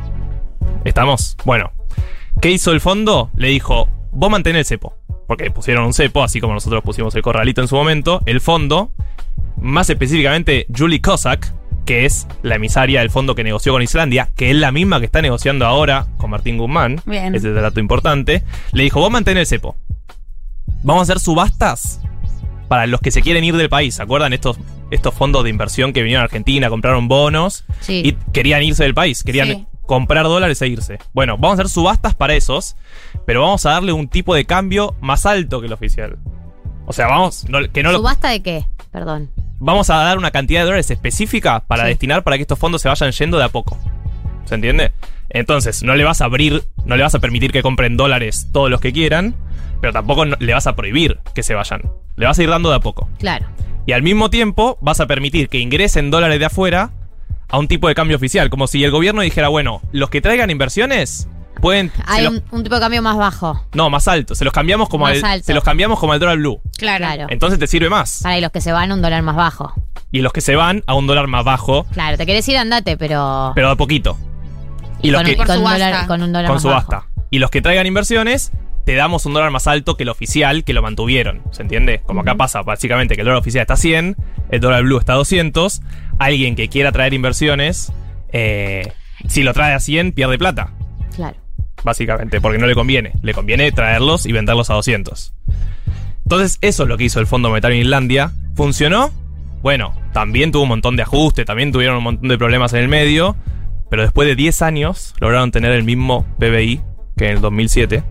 ¿Estamos? Bueno, ¿qué hizo el fondo? Le dijo, vos mantén el cepo. Porque pusieron un cepo, así como nosotros pusimos el corralito en su momento. El fondo, más específicamente Julie Kozak, que es la emisaria del fondo que negoció con Islandia, que es la misma que está negociando ahora con Martín Guzmán. Bien. Ese es el dato importante. Le dijo, vos mantén el cepo. Vamos a hacer subastas para los que se quieren ir del país. ¿Se acuerdan estos, estos fondos de inversión que vinieron a Argentina, compraron bonos Sí. y querían irse del país? Querían Sí. comprar dólares e irse. Bueno, vamos a hacer subastas para esos, pero vamos a darle un tipo de cambio más alto que el oficial. O sea, vamos, no- que no lo, ¿Subasta de qué? Perdón. vamos a dar una cantidad de dólares específica para Sí. destinar para que estos fondos se vayan yendo de a poco. ¿Se entiende? Entonces, no le vas a abrir, no le vas a permitir que compren dólares todos los que quieran, pero tampoco no- le vas a prohibir que se vayan. Le vas a ir dando de a poco. Claro. Y al mismo tiempo vas a permitir que ingresen dólares de afuera a un tipo de cambio oficial. Como si el gobierno dijera, bueno, los que traigan inversiones pueden... se Hay los- un, un tipo de cambio más bajo. no, más alto. Se los cambiamos como Más al, alto. se los cambiamos como al dólar blue. Claro. Claro. Entonces te sirve más. Para y los que se van, un dólar más bajo. Y los que se van a un dólar más bajo, Claro, te querés ir, andate, pero. pero de a poquito. Y los con, que... un- con Por un subasta. dólar, con un dólar con más subasta. bajo. Y los que traigan inversiones, te damos un dólar más alto que el oficial, que lo mantuvieron. ¿Se entiende? Como acá pasa básicamente que el dólar oficial está a cien, el dólar blue está a doscientos. Alguien que quiera traer inversiones, eh, si lo trae a cien, pierde plata. Claro. Básicamente, porque no le conviene. Le conviene traerlos y venderlos a doscientos. Entonces, eso es lo que hizo el Fondo Monetario en Islandia. ¿Funcionó? Bueno, también tuvo un montón de ajustes, también tuvieron un montón de problemas en el medio, pero después de diez años lograron tener el mismo P B I que en el dos mil siete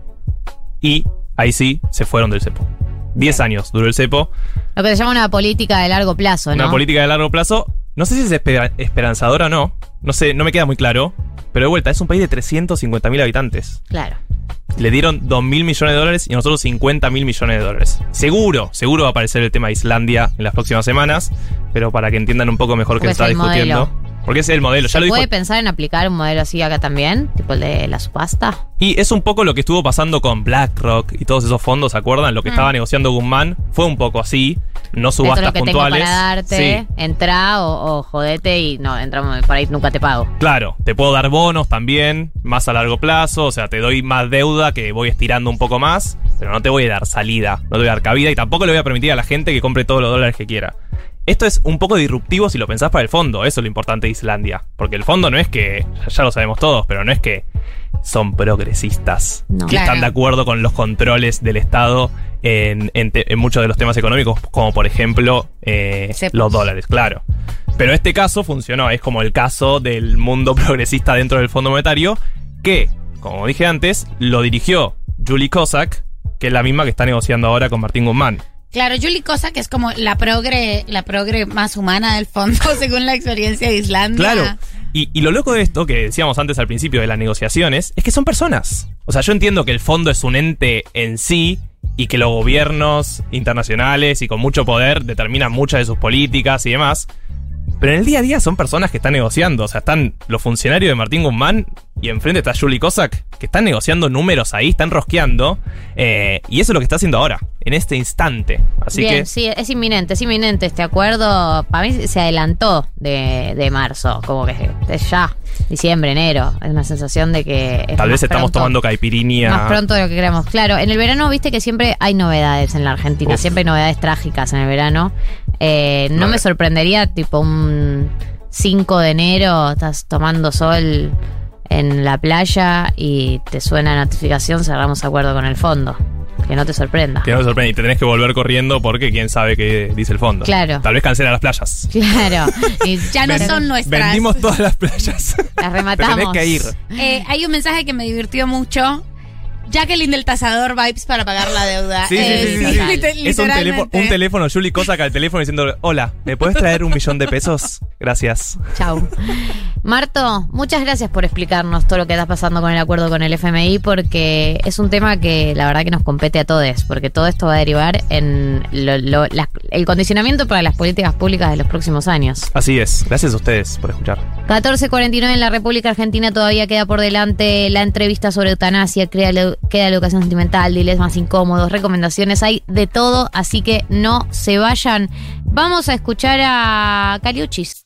y ahí sí se fueron del cepo. diez años duró el cepo, Lo que se llama una política de largo plazo, ¿no? una política de largo plazo. No sé si es esper- esperanzadora o no, no sé, no me queda muy claro, pero de vuelta, es un país de trescientos cincuenta mil habitantes. Claro. Le dieron dos mil millones de dólares y a nosotros cincuenta mil millones de dólares. Seguro, seguro va a aparecer el tema de Islandia en las próximas semanas, pero para que entiendan un poco mejor qué Porque se está es el discutiendo. modelo. Porque es el modelo, ya ¿Se lo dijo. puede pensar en aplicar un modelo así acá también? Tipo el de la subasta. Y es un poco lo que estuvo pasando con BlackRock y todos esos fondos, ¿se acuerdan? Lo que estaba negociando Guzmán fue un poco así, no Esto es subastas lo que puntuales. tengo para darte, Sí, entra o, o jodete y no, entramos por ahí, nunca te pago. claro, te puedo dar bonos también, más a largo plazo, o sea, te doy más deuda que voy estirando un poco más, pero no te voy a dar salida, no te voy a dar cabida y tampoco le voy a permitir a la gente que compre todos los dólares que quiera. Esto es un poco disruptivo si lo pensás para el fondo, eso es lo importante de Islandia. Porque el fondo no es que, ya lo sabemos todos, pero no es que son progresistas, No. que Claro. están de acuerdo con los controles del Estado en, en te- en muchos de los temas económicos, como por ejemplo eh, Cepos. los dólares, claro. Pero este caso funcionó, es como el caso del mundo progresista dentro del Fondo Monetario, que, como dije antes, lo dirigió Julie Kozak, que es la misma que está negociando ahora con Martín Guzmán. Claro, Julie Cosa, que es como la progre, la progre más humana del fondo, según la experiencia de Islandia. Claro. Y, y lo loco de esto, que decíamos antes al principio de las negociaciones, es que son personas. O sea, yo entiendo que el fondo es un ente en sí y que los gobiernos internacionales y con mucho poder determinan muchas de sus políticas y demás. Pero en el día a día son personas que están negociando. O sea, están los funcionarios de Martín Guzmán, y enfrente está Juli Kozak, que están negociando números ahí, están rosqueando. Eh, y eso es lo que está haciendo ahora, en este instante. Así Bien, que. sí, es inminente, es inminente este acuerdo. Para mí se adelantó de, de marzo, como que es ya, diciembre, enero. Es una sensación de que. Es Tal vez más estamos pronto, tomando caipirinha. Más pronto de lo que queremos. Claro, en el verano viste que siempre hay novedades en la Argentina, Uf. siempre hay novedades trágicas en el verano. Eh, no Vale. me sorprendería, tipo un cinco de enero, estás tomando sol en la playa y te suena notificación, cerramos acuerdo con el fondo. Que no te sorprenda. Que no te sorprende. Y te tenés que volver corriendo porque quién sabe qué dice el fondo. Claro. Tal vez cancela las playas. Claro. Y Ya no Ven- son nuestras. Vendimos todas las playas. las rematamos. Te tenés que ir. Eh, hay un mensaje que me divirtió mucho. Jacqueline del tasador vibes para pagar la deuda. Sí, sí, Eh, sí, sí, sí. sí. lit- Es un teléfono, literalmente. un teléfono, Juli Kozak al teléfono diciendo, hola, ¿me puedes traer un millón de pesos? Gracias. Chau. Marto, muchas gracias por explicarnos todo lo que está pasando con el acuerdo con el F M I, porque es un tema que la verdad que nos compete a todos, porque todo esto va a derivar en lo- lo- las- el condicionamiento para las políticas públicas de los próximos años. Así es. Gracias a ustedes por escuchar. catorce cuarenta y nueve en la República Argentina, todavía queda por delante la entrevista sobre eutanasia, crea la- queda la educación sentimental, dilemas incómodos, recomendaciones, hay de todo, así que no se vayan. Vamos a escuchar a Caliuchis.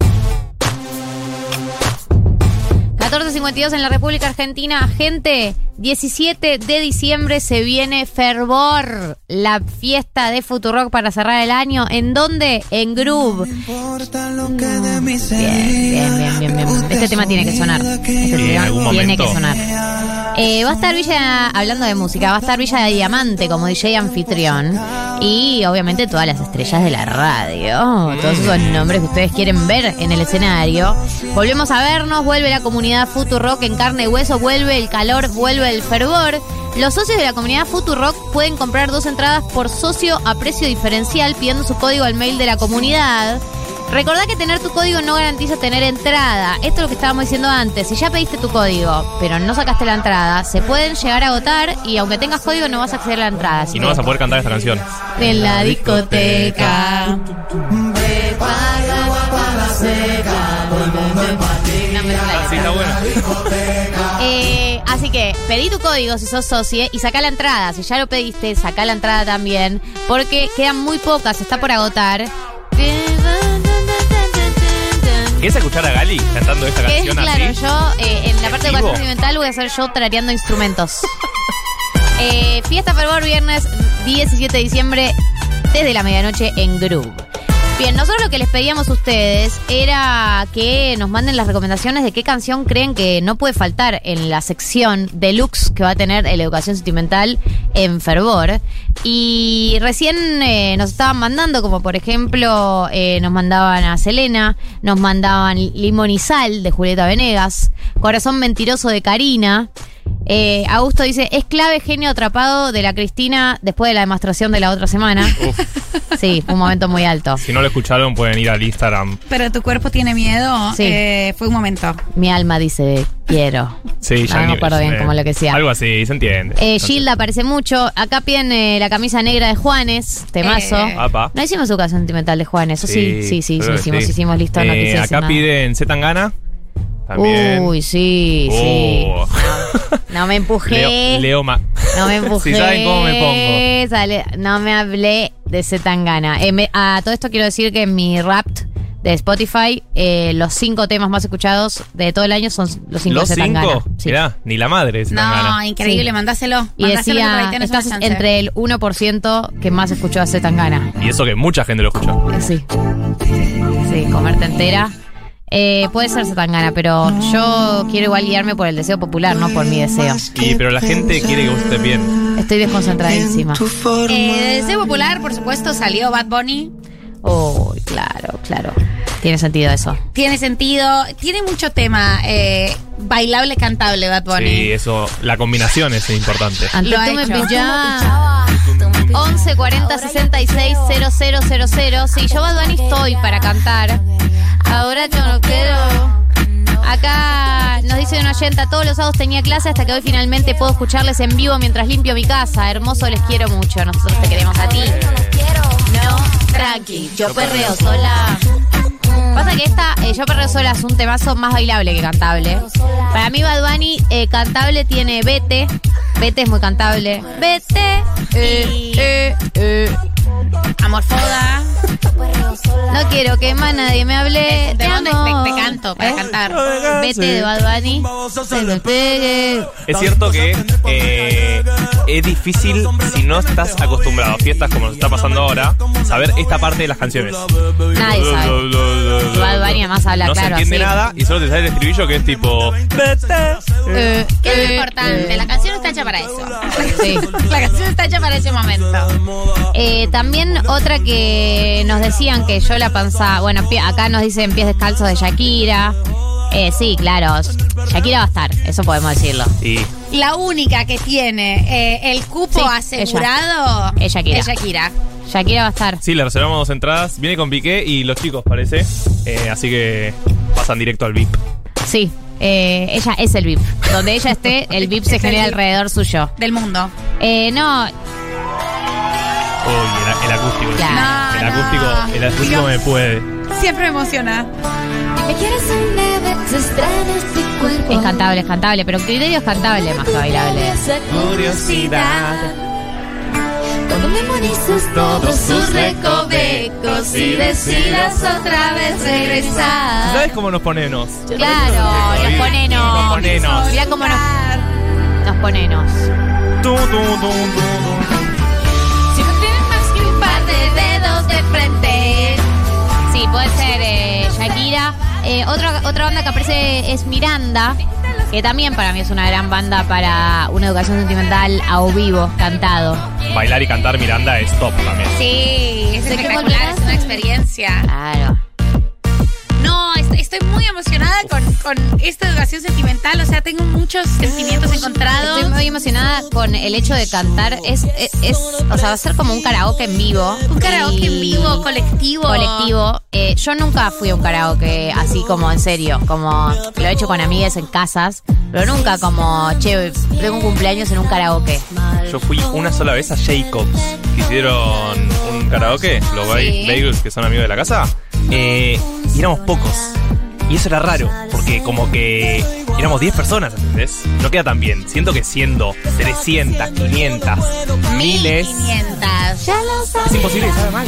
catorce cincuenta y dos en la República Argentina. Gente, diecisiete de diciembre se viene Fervor, la fiesta de Futurock para cerrar el año. ¿En dónde? En Groove. Bien, bien, bien, bien, bien. Este tema tiene que sonar. Este en tema algún tiene momento. que sonar. Eh, va a estar Villa, hablando de música, va a estar Villa de Diamante como D J anfitrión. Y obviamente todas las estrellas de la radio. Todos esos nombres que ustedes quieren ver en el escenario. Volvemos a vernos, vuelve la comunidad Futurock en carne y hueso, vuelve el calor, vuelve el fervor. Los socios de la comunidad Futurock pueden comprar dos entradas por socio a precio diferencial pidiendo su código al mail de la comunidad. Recordá que tener tu código no garantiza tener entrada. Esto es lo que estábamos diciendo antes. Si ya pediste tu código, pero no sacaste la entrada, se pueden llegar a agotar y aunque tengas código no vas a acceder a la entrada. Así Y no que vas a poder cantar esta canción. en la discoteca. Sí, está bueno. Eh, así que pedí tu código si sos socie y sacá la entrada. Si ya lo pediste, sacá la entrada también. Porque quedan muy pocas, está por agotar. ¿Quieres escuchar a Gali cantando esta Que es canción claro, así? yo eh, en la parte de ¿En vivo? educación sentimental voy a hacer yo tarareando instrumentos. eh, Fiesta Fervor, viernes diecisiete de diciembre, desde la medianoche en Groove. Bien, nosotros lo que les pedíamos a ustedes era que nos manden las recomendaciones de qué canción creen que no puede faltar en la sección deluxe que va a tener la educación sentimental en Fervor. Y recién eh, nos estaban mandando, como por ejemplo, eh, nos mandaban a Selena, nos mandaban Limón y Sal de Julieta Venegas, Corazón Mentiroso de Karina. Eh, Augusto dice, es clave genio atrapado de la Cristina después de la demostración de la otra semana. Uf, Sí, fue un momento muy alto. si no lo escucharon pueden ir al Instagram. Pero tu cuerpo tiene miedo. Sí. Eh, fue un momento. Mi alma dice, quiero. Sí, No me acuerdo bien cómo lo que decía. Algo así, se entiende. Eh, Gilda aparece mucho. Acá piden eh, la camisa negra de Juanes, temazo. Eh. Apa. No hicimos educación sentimental de Juanes, ¿o sí? Sí, sí, sí, creo que hicimos, sí. hicimos listo Eh, noticias. Acá nada. piden Z Tangana. También. Uy, sí, sí. Oh. No me empujé. Leo, Leo Ma- No me empujé. Si saben cómo me pongo. Sale- no me hablé de Zetangana. Eh, me- a todo esto quiero decir que en mi Wrapped de Spotify, eh, los cinco temas más escuchados de todo el año son los cinco Los de Zetangana. cinco. Sí. Mirá, ni la madre de Z No, Tangana. increíble, Sí. mandáselo. Y mandáselo que por ahí decía, tenés una estás chance. entre el uno por ciento que más escuchó a Zetangana. Y eso que mucha gente lo escuchó. Eh, Sí. Sí, comerte entera. Eh, puede ser Zetangana, pero yo quiero igual guiarme por el deseo popular, no por mi deseo. Y, pero la gente quiere que vos estés bien. Estoy desconcentradísima. Eh, de Deseo Popular, por supuesto, salió Bad Bunny. Uy, claro, claro. Tiene sentido eso. Tiene sentido. Tiene mucho tema. Eh, bailable, cantable, Bad Bunny. Sí, eso, la combinación es importante. Antes Lo ha tú me hecho. pillabas. once cuarenta sesenta y seis cero cero cero cero. Sí, yo Bad Bunny estoy para cantar. Ahora yo no quiero. Acá nos dice una oyenta, todos los sábados tenía clase hasta que hoy finalmente puedo escucharles en vivo mientras limpio mi casa. Hermoso, les quiero mucho. Nosotros te queremos a ti. No, tranqui, yo perreo sola. Pasa que esta, eh, Yo Perreo Sola es un temazo más bailable que cantable. Para mí Bad Bunny, eh, cantable tiene Vete. Vete es muy cantable. Vete. Eh, eh, eh. Amorfoda. No quiero que más nadie me hable De, de dónde amor. te, te canto para ¿Eh? cantar. Vete de Bad Bunny. Se me pegue. Es cierto que eh, es difícil, si no estás acostumbrado a fiestas como nos está pasando ahora, saber esta parte de las canciones. Nadie sabe. Y Bad Bunny además habla No claro se entiende así. nada y solo te sale el estribillo que es tipo... Vete. Eh, ¿Qué es lo eh, importante? eh. La canción está hecha para eso. Sí. La canción está hecha para ese momento. Eh, también otra que nos decían que yo la pensaba, bueno, pie- acá nos dicen pies descalzos de Shakira. Eh, sí, claro, Shakira va a estar, eso podemos decirlo. Y La única que tiene eh, el cupo Sí, asegurado ella. Es Shakira. es Shakira. Shakira va a estar. sí, le reservamos dos entradas. Viene con Piqué y los chicos, parece. Eh, así que pasan directo al V I P. Sí, eh, ella es el V I P. Donde ella esté, el V I P se Es el genera V I P. alrededor suyo. Del mundo. Eh, no, Uy, el, el acústico. Claro. No, el acústico, no. el acústico Dios. me puede. Siempre me emociona. Me quieres un bebé, extrañas tu cuerpo. es cantable, es cantable, pero criterio es cantable más que bailable. Esa curiosidad. Cuando memorices todos sus recovecos y decidas otra vez regresar. ¿Sabes cómo nos ponemos? Claro, los ponenos. Los ponenos. Mirá cómo nos, nos ponenos. Tu, tu, tu, tu, tu. Si no tienes más que un par de dedos de frente. Sí, puede ser eh, Shakira. Eh, otra, otra banda que aparece es Miranda, que también para mí es una gran banda para una educación sentimental a o vivo, cantado. Bailar y cantar Miranda es top también. Sí, es ¿De qué espectacular, volverás? es una experiencia. Claro. No, est- estoy muy emocionada con, con esta educación sentimental. O sea, tengo muchos sentimientos encontrados. Estoy muy emocionada con el hecho de cantar. Es, es, es- o sea, va a ser como un karaoke en vivo. Un karaoke Y- en vivo, colectivo. Colectivo. Eh, yo nunca fui a un karaoke así como en serio, como lo he hecho con amigas en casas, pero nunca como, che, tengo un cumpleaños en un karaoke. Yo fui una sola vez a Jacobs, que hicieron un karaoke, los ba- Sí. bagels que son amigos de la casa, eh, y éramos pocos. Y eso era raro, porque como que éramos diez personas, ¿entendés? No queda tan bien. Siento que siendo trescientas, quinientas, miles, quinientas. Ya lo sabía. es imposible que salga mal.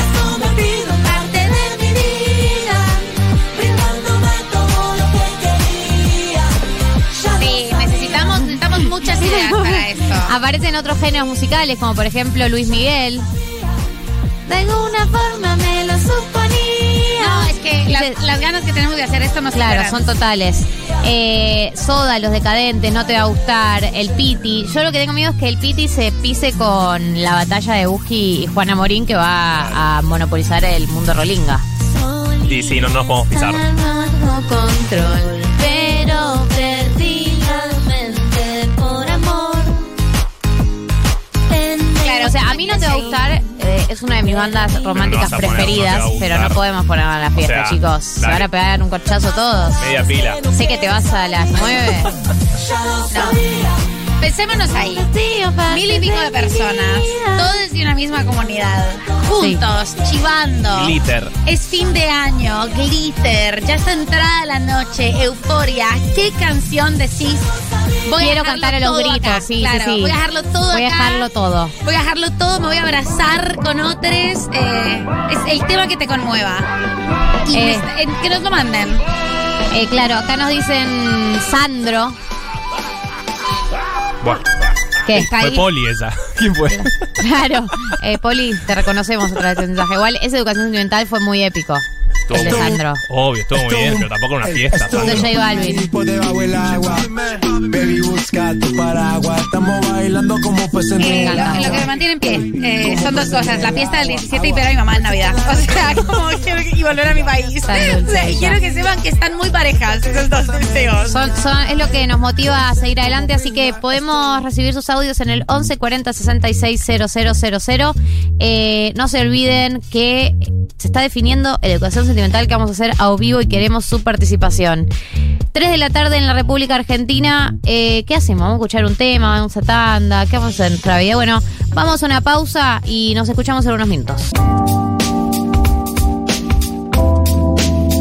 Parte de mi vida, brindándome todo lo que quería. Ya Sí, necesitamos, necesitamos muchas ideas para esto. Aparecen otros géneros musicales, como por ejemplo Luis Miguel. de alguna forma me lo suponía. No, es que las, Dice- las ganas que tenemos de hacer esto nos Claro, superan. son totales. Eh, Soda, Los Decadentes, No Te Va a Gustar, El Piti. Yo lo que tengo miedo es que el Piti se pise con la batalla de Buski y Juana Morín, que va a monopolizar el mundo rolinga. Y sí, no nos podemos pisar. Bajo control, pero perdí la mente por amor. Claro, o sea, a mí No Te Va a Gustar, eh, es una de mis bandas románticas No vas a poner No Te preferidas, Va a pero no Gustar. podemos ponerla en la fiesta, O sea, chicos. Se dale. van a pegar un corchazo todos. Media pila. Sé que te vas a las nueve. Pensémonos ahí. Mil y pico de personas, todos de una misma comunidad, juntos, chivando. Glitter. Es fin de año, glitter, ya está entrada la noche, euforia. ¿Qué canción decís? Voy Quiero a dejarlo cantar a los todo gritos, acá. sí, Claro, sí, sí. voy a dejarlo todo Voy a acá. dejarlo todo. Voy a dejarlo todo, me voy a abrazar con otros. eh, es el tema que te conmueva. Y Eh. me está- en- que nos lo manden. Eh, claro, acá nos dicen Sandro. Bueno, ¿Qué? Está fue ahí. Poli esa. ¿Quién fue? Claro, eh, Poli, te reconocemos otra vez el mensaje. Igual, esa educación sentimental fue muy épico. El de Sandro. Obvio, estuvo muy bien, pero tampoco era una fiesta. De Sandro. J Balvin. Por debajo el agua, baby, busca tu paraguas. Estamos bailando como peces en Eh, el lo, agua. lo que me mantiene en pie eh, son dos cosas: la fiesta del diecisiete y ver a mi mamá en Navidad. O sea, como quiero que- y volver a mi país. Tan dulce O sea, y ella. quiero que sepan que están muy parejas esos dos deseos. Son, son, es lo que nos motiva a seguir adelante, así que podemos recibir sus audios en el once cuarenta sesenta y seis cero cero cero cero. Eh, no se olviden que se está definiendo la educación sentimental que vamos a hacer a o vivo y queremos su participación. tres de la tarde en la República Argentina. Eh, ¿Qué hacemos? ¿Vamos a escuchar un tema? ¿Vamos a tanda? ¿Qué vamos a hacer en nuestra vida? Bueno, vamos a una pausa y nos escuchamos en unos minutos.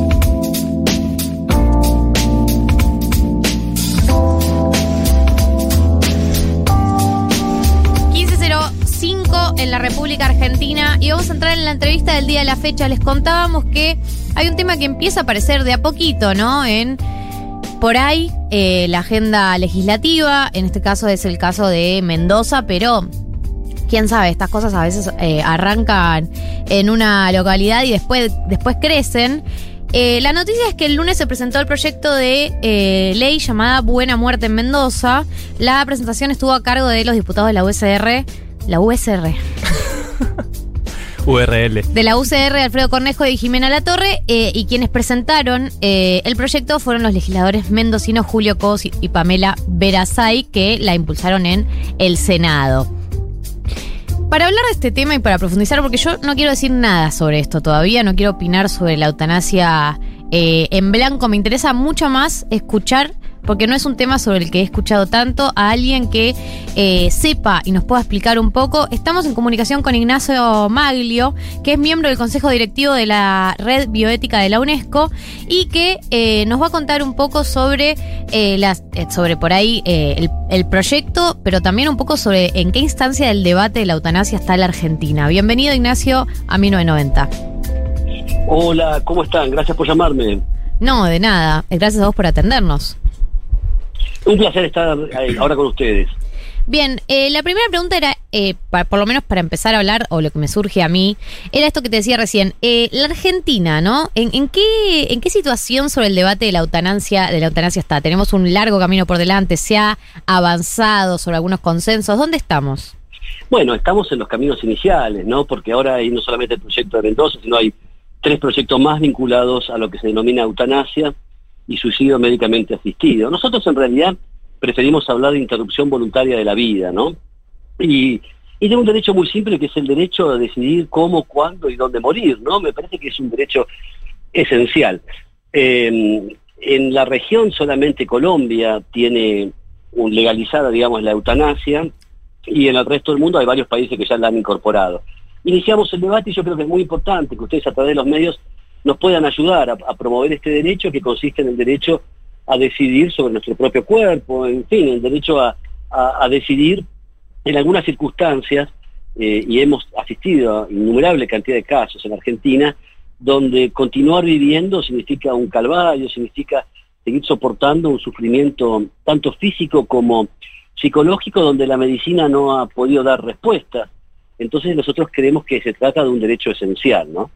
la entrevista del día de la fecha les contábamos que hay un tema que empieza a aparecer de a poquito, ¿no? En por ahí eh, la agenda legislativa, en este caso es el caso de Mendoza, pero quién sabe, estas cosas a veces eh, arrancan en una localidad y después, después crecen. Eh, la noticia es que el lunes se presentó el proyecto de eh, ley llamada Buena Muerte en Mendoza. La presentación estuvo a cargo de los diputados de la U S R. La U S R. U R L. De la U C R, Alfredo Cornejo y Jimena Latorre, eh, y quienes presentaron eh, el proyecto fueron los legisladores mendocinos Julio Cos y, y Pamela Verazay, que la impulsaron en el Senado. Para hablar de este tema y para profundizar, porque yo no quiero decir nada sobre esto todavía, no quiero opinar sobre la eutanasia eh, en blanco, me interesa mucho más escuchar, porque no es un tema sobre el que he escuchado tanto, a alguien que eh, sepa y nos pueda explicar un poco. Estamos en comunicación con Ignacio Maglio, que es miembro del Consejo Directivo de la Red Bioética de la UNESCO y que eh, nos va a contar un poco sobre, eh, las, eh, sobre por ahí eh, el, el proyecto, pero también un poco sobre en qué instancia del debate de la eutanasia está la Argentina. Bienvenido, Ignacio, a mil novecientos noventa. Hola, ¿cómo están? Gracias por llamarme. No, de nada. Gracias a vos por atendernos. Un placer estar ahora con ustedes. Bien, eh, la primera pregunta era, eh, para, por lo menos para empezar a hablar, o lo que me surge a mí, era esto que te decía recién. Eh, la Argentina, ¿no? ¿En, en, qué, ¿En qué situación sobre el debate de la eutanasia, de la eutanasia está? Tenemos un largo camino por delante, se ha avanzado sobre algunos consensos. ¿Dónde estamos? Bueno, estamos en los caminos iniciales, ¿no? Porque ahora hay no solamente el proyecto de Mendoza, sino hay tres proyectos más vinculados a lo que se denomina eutanasia y suicidio médicamente asistido. Nosotros en realidad preferimos hablar de interrupción voluntaria de la vida, ¿no? Y, y de un derecho muy simple que es el derecho a decidir cómo, cuándo y dónde morir, ¿no? Me parece que es un derecho esencial. Eh, en la región solamente Colombia tiene un legalizada, digamos, la eutanasia, y en el resto del mundo hay varios países que ya la han incorporado. Iniciamos el debate y yo creo que es muy importante que ustedes a través de los medios nos puedan ayudar a, a promover este derecho que consiste en el derecho a decidir sobre nuestro propio cuerpo, en fin, el derecho a, a, a decidir en algunas circunstancias, eh, y hemos asistido a innumerable cantidad de casos en Argentina, donde continuar viviendo significa un calvario, significa seguir soportando un sufrimiento tanto físico como psicológico, donde la medicina no ha podido dar respuesta. Entonces nosotros creemos que se trata de un derecho esencial, ¿no?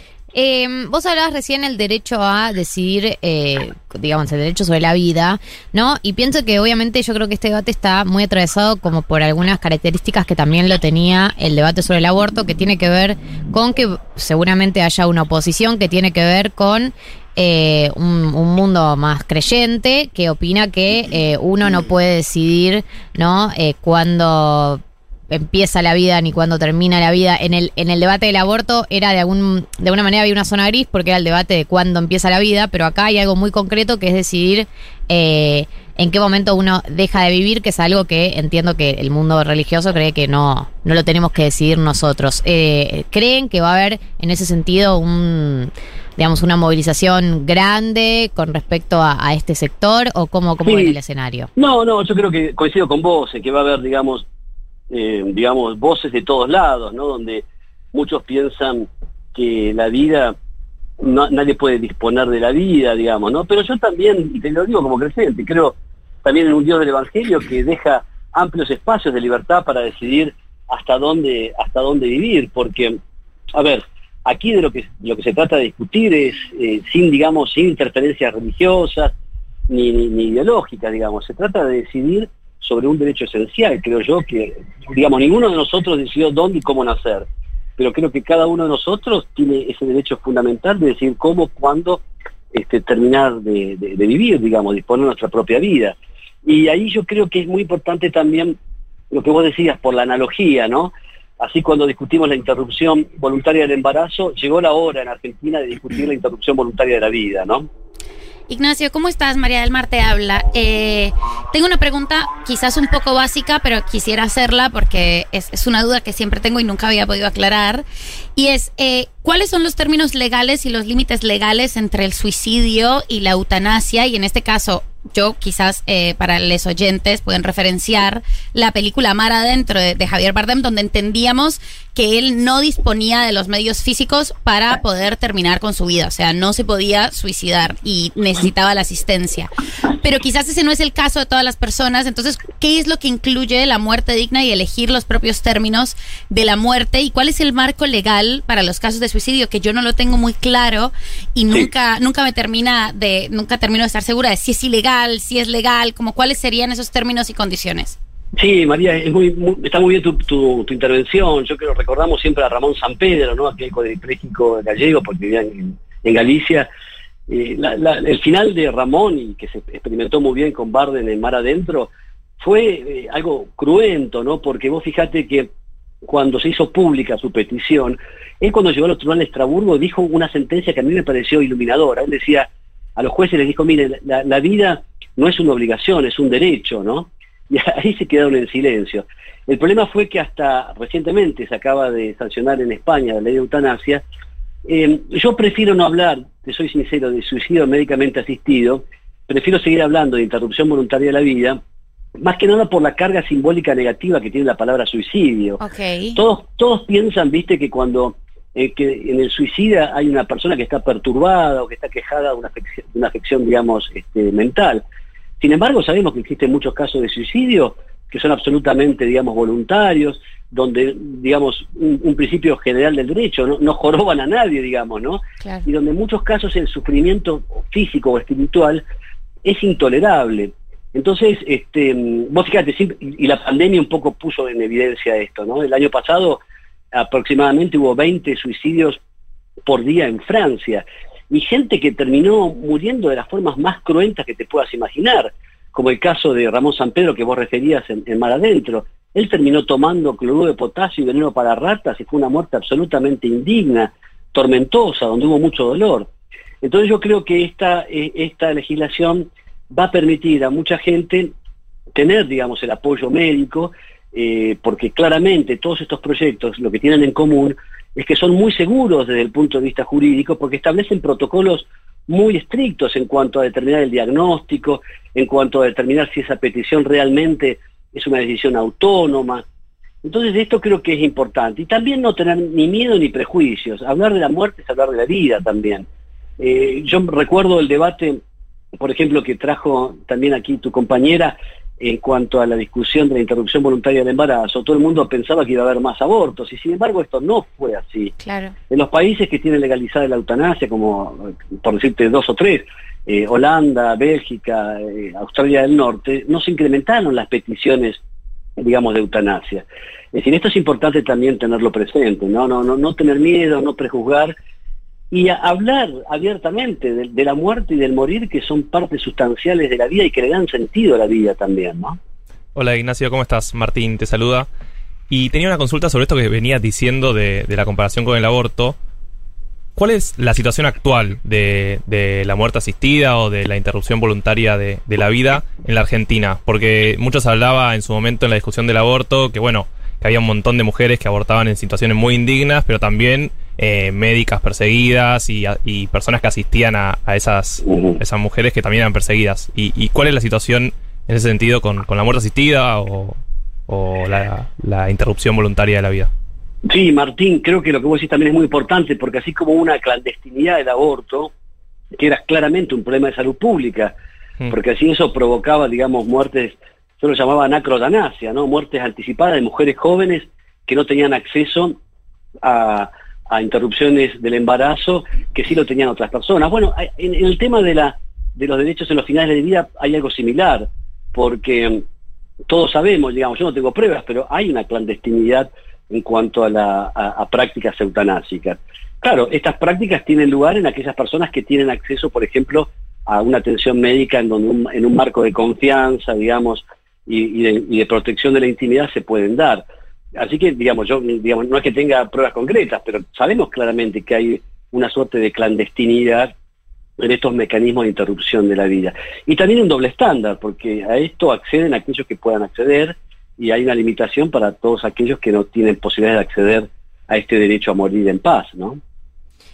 Eh, vos hablabas recién el derecho a decidir, eh, digamos, el derecho sobre la vida, ¿no? Y pienso que obviamente yo creo que este debate está muy atravesado como por algunas características que también lo tenía el debate sobre el aborto, que tiene que ver con que seguramente haya una oposición que tiene que ver con eh, un, un mundo más creyente que opina que eh, uno no puede decidir, ¿no? Eh, cuándo empieza la vida ni cuándo termina la vida. En el en el debate del aborto era de algún de alguna manera había una zona gris porque era el debate de cuándo empieza la vida, pero acá hay algo muy concreto que es decidir eh, en qué momento uno deja de vivir, que es algo que entiendo que el mundo religioso cree que no no lo tenemos que decidir nosotros. Eh, ¿Creen que va a haber en ese sentido un digamos una movilización grande con respecto a, a este sector o cómo, cómo sí. ven el escenario? No, no, yo creo que coincido con vos, en que va a haber, digamos, Eh, digamos, voces de todos lados, ¿no? Donde muchos piensan que la vida, no, nadie puede disponer de la vida, digamos, ¿no? Pero yo también, y te lo digo como creyente, creo también en un Dios del Evangelio que deja amplios espacios de libertad para decidir hasta dónde, hasta dónde vivir, porque, a ver, aquí de lo que, lo que se trata de discutir es, eh, sin, digamos, sin interferencias religiosas, ni, ni, ni ideológicas, digamos, se trata de decidir sobre un derecho esencial, creo yo, que, digamos, ninguno de nosotros decidió dónde y cómo nacer, pero creo que cada uno de nosotros tiene ese derecho fundamental de decir cómo, cuándo este, terminar de, de, de vivir, digamos, disponer nuestra propia vida. Y ahí yo creo que es muy importante también lo que vos decías, por la analogía, ¿no? Así cuando discutimos la interrupción voluntaria del embarazo, llegó la hora en Argentina de discutir la interrupción voluntaria de la vida, ¿no? Ignacio, ¿cómo estás? María del Mar te habla. Eh, tengo una pregunta quizás un poco básica, pero quisiera hacerla porque es, es una duda que siempre tengo y nunca había podido aclarar. Y es, eh, ¿cuáles son los términos legales y los límites legales entre el suicidio y la eutanasia? Y en este caso, yo quizás eh, para los oyentes pueden referenciar la película Mar Adentro de, de Javier Bardem, donde entendíamos que él no disponía de los medios físicos para poder terminar con su vida, o sea, no se podía suicidar y necesitaba la asistencia. Pero quizás ese no es el caso de todas las personas. Entonces, ¿qué es lo que incluye la muerte digna y elegir los propios términos de la muerte? ¿Y cuál es el marco legal para los casos de suicidio? Que yo no lo tengo muy claro y Sí. nunca nunca me termina de nunca termino de estar segura de si es ilegal, si es legal, como cuáles serían esos términos y condiciones. Sí, María, es muy, muy- está muy bien tu, tu, tu intervención. Yo creo que recordamos siempre a Ramón Sampedro, ¿no? Aquel cuadripléjico gallego, porque vivía en, en Galicia. Eh, la- la- el final de Ramón, y que se experimentó muy bien con Bardem en Mar Adentro, fue eh, algo cruento, ¿no? Porque vos fijate que cuando se hizo pública su petición, él cuando llegó a los tribunales de Estrasburgo dijo una sentencia que a mí me pareció iluminadora. Él decía, a los jueces les dijo, miren, la, la vida no es una obligación, es un derecho, ¿no? Y ahí se quedaron en silencio. El problema fue que hasta recientemente se acaba de sancionar en España la ley de eutanasia. Eh, yo prefiero no hablar, te soy sincero, de suicidio médicamente asistido, prefiero seguir hablando de interrupción voluntaria de la vida, más que nada por la carga simbólica negativa que tiene la palabra suicidio. Ok. Todos, todos piensan, viste, que cuando eh, que en el suicida hay una persona que está perturbada o que está quejada de una afección, de una afección digamos, este, mental. Sin embargo, sabemos que existen muchos casos de suicidio que son absolutamente, digamos, voluntarios, donde, digamos, un, un principio general del derecho, ¿no? No joroban a nadie, digamos, ¿no? Claro. Y donde en muchos casos el sufrimiento físico o espiritual es intolerable. Entonces, este, vos fíjate, sí, y la pandemia un poco puso en evidencia esto, ¿no? El año pasado aproximadamente hubo veinte suicidios por día en Francia, y gente que terminó muriendo de las formas más cruentas que te puedas imaginar, como el caso de Ramón Sampedro que vos referías en, en Mar Adentro. Él terminó tomando cloruro de potasio y veneno para ratas y fue una muerte absolutamente indigna, tormentosa, donde hubo mucho dolor. Entonces yo creo que esta, eh, esta legislación va a permitir a mucha gente tener, digamos, el apoyo médico, eh, porque claramente todos estos proyectos lo que tienen en común es que son muy seguros desde el punto de vista jurídico, porque establecen protocolos muy estrictos en cuanto a determinar el diagnóstico, en cuanto a determinar si esa petición realmente es una decisión autónoma. Entonces esto creo que es importante. Y también no tener ni miedo ni prejuicios. Hablar de la muerte es hablar de la vida también. Eh, yo recuerdo el debate, por ejemplo, que trajo también aquí tu compañera en cuanto a la discusión de la interrupción voluntaria del embarazo. Todo el mundo pensaba que iba a haber más abortos y sin embargo esto no fue así. Claro. En los países que tienen legalizada la eutanasia, como por decirte dos o tres, eh, Holanda, Bélgica, eh, Australia del Norte, no se incrementaron las peticiones, digamos, de eutanasia. Es decir, esto es importante también tenerlo presente, no, no, no, no tener miedo, no prejuzgar y a hablar abiertamente de, de la muerte y del morir, que son partes sustanciales de la vida y que le dan sentido a la vida también, ¿no? Hola Ignacio, ¿cómo estás? Martín te saluda. Y tenía una consulta sobre esto que venías diciendo de, de la comparación con el aborto. ¿Cuál es la situación actual de, de la muerte asistida o de la interrupción voluntaria de, de la vida en la Argentina? Porque muchos hablaba en su momento en la discusión del aborto que, bueno, que había un montón de mujeres que abortaban en situaciones muy indignas, pero también eh, médicas perseguidas y, y personas que asistían a, a esas, Uh-huh. esas mujeres que también eran perseguidas. ¿Y, y cuál es la situación en ese sentido con, con la muerte asistida o, o la, la interrupción voluntaria de la vida? Sí, Martín, creo que lo que vos decís también es muy importante, porque así como una clandestinidad del aborto, que era claramente un problema de salud pública, Mm. porque así eso provocaba, digamos, muertes, yo lo llamaba anacrodanasia, ¿no? Muertes anticipadas de mujeres jóvenes que no tenían acceso a, a interrupciones del embarazo, que sí lo tenían otras personas. Bueno, hay- en, en el tema de, la, de los derechos en los finales de vida hay algo similar, porque mm, todos sabemos, digamos, yo no tengo pruebas, pero hay una clandestinidad en cuanto a, la, a, a prácticas eutanásicas. Claro, estas prácticas tienen lugar en aquellas personas que tienen acceso, por ejemplo, a una atención médica en donde un, en un marco de confianza, digamos, y, y, de, y de protección de la intimidad se pueden dar. Así que, digamos, yo digamos, no es que tenga pruebas concretas, pero sabemos claramente que hay una suerte de clandestinidad en estos mecanismos de interrupción de la vida. Y también un doble estándar, porque a esto acceden aquellos que puedan acceder, y hay una limitación para todos aquellos que no tienen posibilidad de acceder a este derecho a morir en paz, ¿no?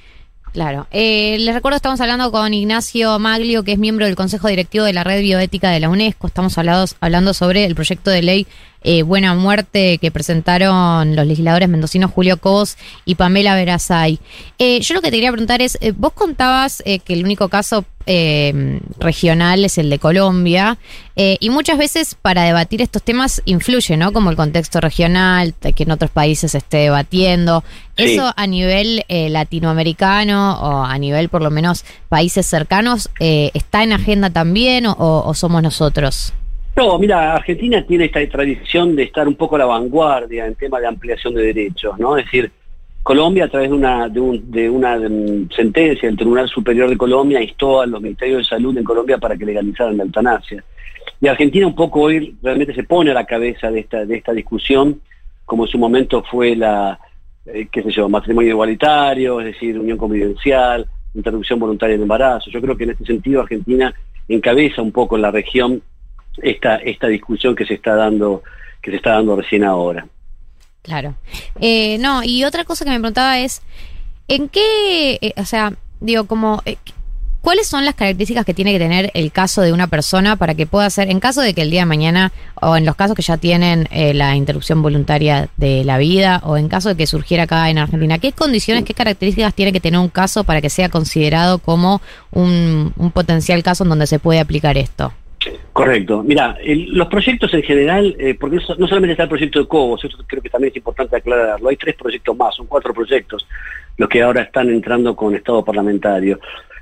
Claro. Eh, les recuerdo, estamos hablando con Ignacio Maglio, que es miembro del Consejo Directivo de la Red Bioética de la UNESCO. Estamos hablados, hablando sobre el proyecto de ley eh, Buena Muerte que presentaron los legisladores mendocinos Julio Cobos y Pamela Verazay. Eh, yo lo que te quería preguntar es, eh, vos contabas eh, que el único caso eh, regional es el de Colombia, eh, y muchas veces para debatir estos temas influye, ¿no? Como el contexto regional, que en otros países se esté debatiendo. Sí. Eso a nivel eh, latinoamericano o a nivel por lo menos países cercanos, eh, ¿está en agenda también o, o somos nosotros? No, mira, Argentina tiene esta tradición de estar un poco a la vanguardia en tema de ampliación de derechos, ¿no? Es decir, Colombia, a través de una, de, un, de una de, sentencia del Tribunal Superior de Colombia, instó a los ministerios de salud en Colombia para que legalizaran la eutanasia. Y Argentina un poco hoy realmente se pone a la cabeza de esta, de esta discusión, como en su momento fue la, eh, qué sé yo, matrimonio igualitario, es decir, unión convivencial, interrupción voluntaria del embarazo. Yo creo que en este sentido Argentina encabeza un poco en la región esta esta discusión que se está dando que se está dando recién ahora. Claro. Eh, no, y otra cosa que me preguntaba es, ¿en qué, eh, o sea, digo, como, eh, cuáles son las características que tiene que tener el caso de una persona para que pueda ser, en caso de que el día de mañana, o en los casos que ya tienen eh, la interrupción voluntaria de la vida, o en caso de que surgiera acá en Argentina, qué condiciones, qué características tiene que tener un caso para que sea considerado como un, un potencial caso en donde se puede aplicar esto? Correcto. Mira, el, los proyectos en general, eh, porque no, no solamente está el proyecto de Cobos, eso creo que también es importante aclararlo, hay tres proyectos más, son cuatro proyectos los que ahora están entrando con estado parlamentario.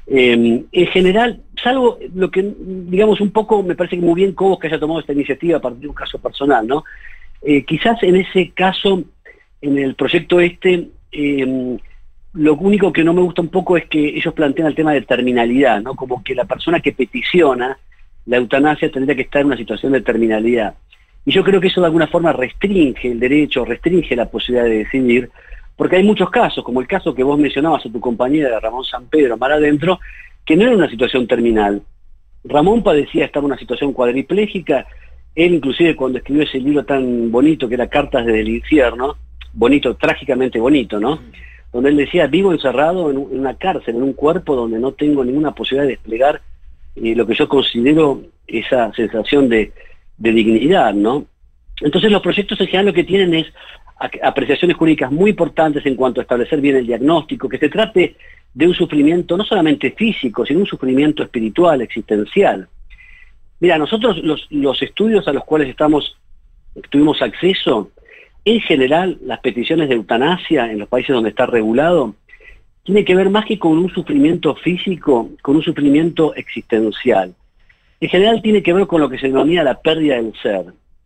Eh, en general, salvo lo que, digamos, un poco, me parece que muy bien Cobos que haya tomado esta iniciativa a partir de un caso personal, ¿no? Eh, quizás en ese caso, en el proyecto este, eh, lo único que no me gusta un poco es que ellos plantean el tema de terminalidad, ¿no? Como que la persona que peticiona la eutanasia tendría que estar en una situación de terminalidad. Y yo creo que eso de alguna forma restringe el derecho, restringe la posibilidad de decidir, porque hay muchos casos, como el caso que vos mencionabas a tu compañera Ramón San Pedro, Mar Adentro, que no era una situación terminal. Ramón padecía estar en una situación cuadriplégica, él inclusive cuando escribió ese libro tan bonito que era Cartas desde el Infierno, bonito, trágicamente bonito, ¿no? Donde él decía, vivo encerrado en una cárcel, en un cuerpo donde no tengo ninguna posibilidad de desplegar eh, lo que yo considero esa sensación de, de dignidad, ¿no? Entonces los proyectos en general lo que tienen es apreciaciones jurídicas muy importantes en cuanto a establecer bien el diagnóstico, que se trate de un sufrimiento no solamente físico, sino un sufrimiento espiritual, existencial. Mira, nosotros los, los estudios a los cuales estamos tuvimos acceso, en general las peticiones de eutanasia en los países donde está regulado, tiene que ver más que con un sufrimiento físico, con un sufrimiento existencial. En general tiene que ver con lo que se denomina la pérdida del ser.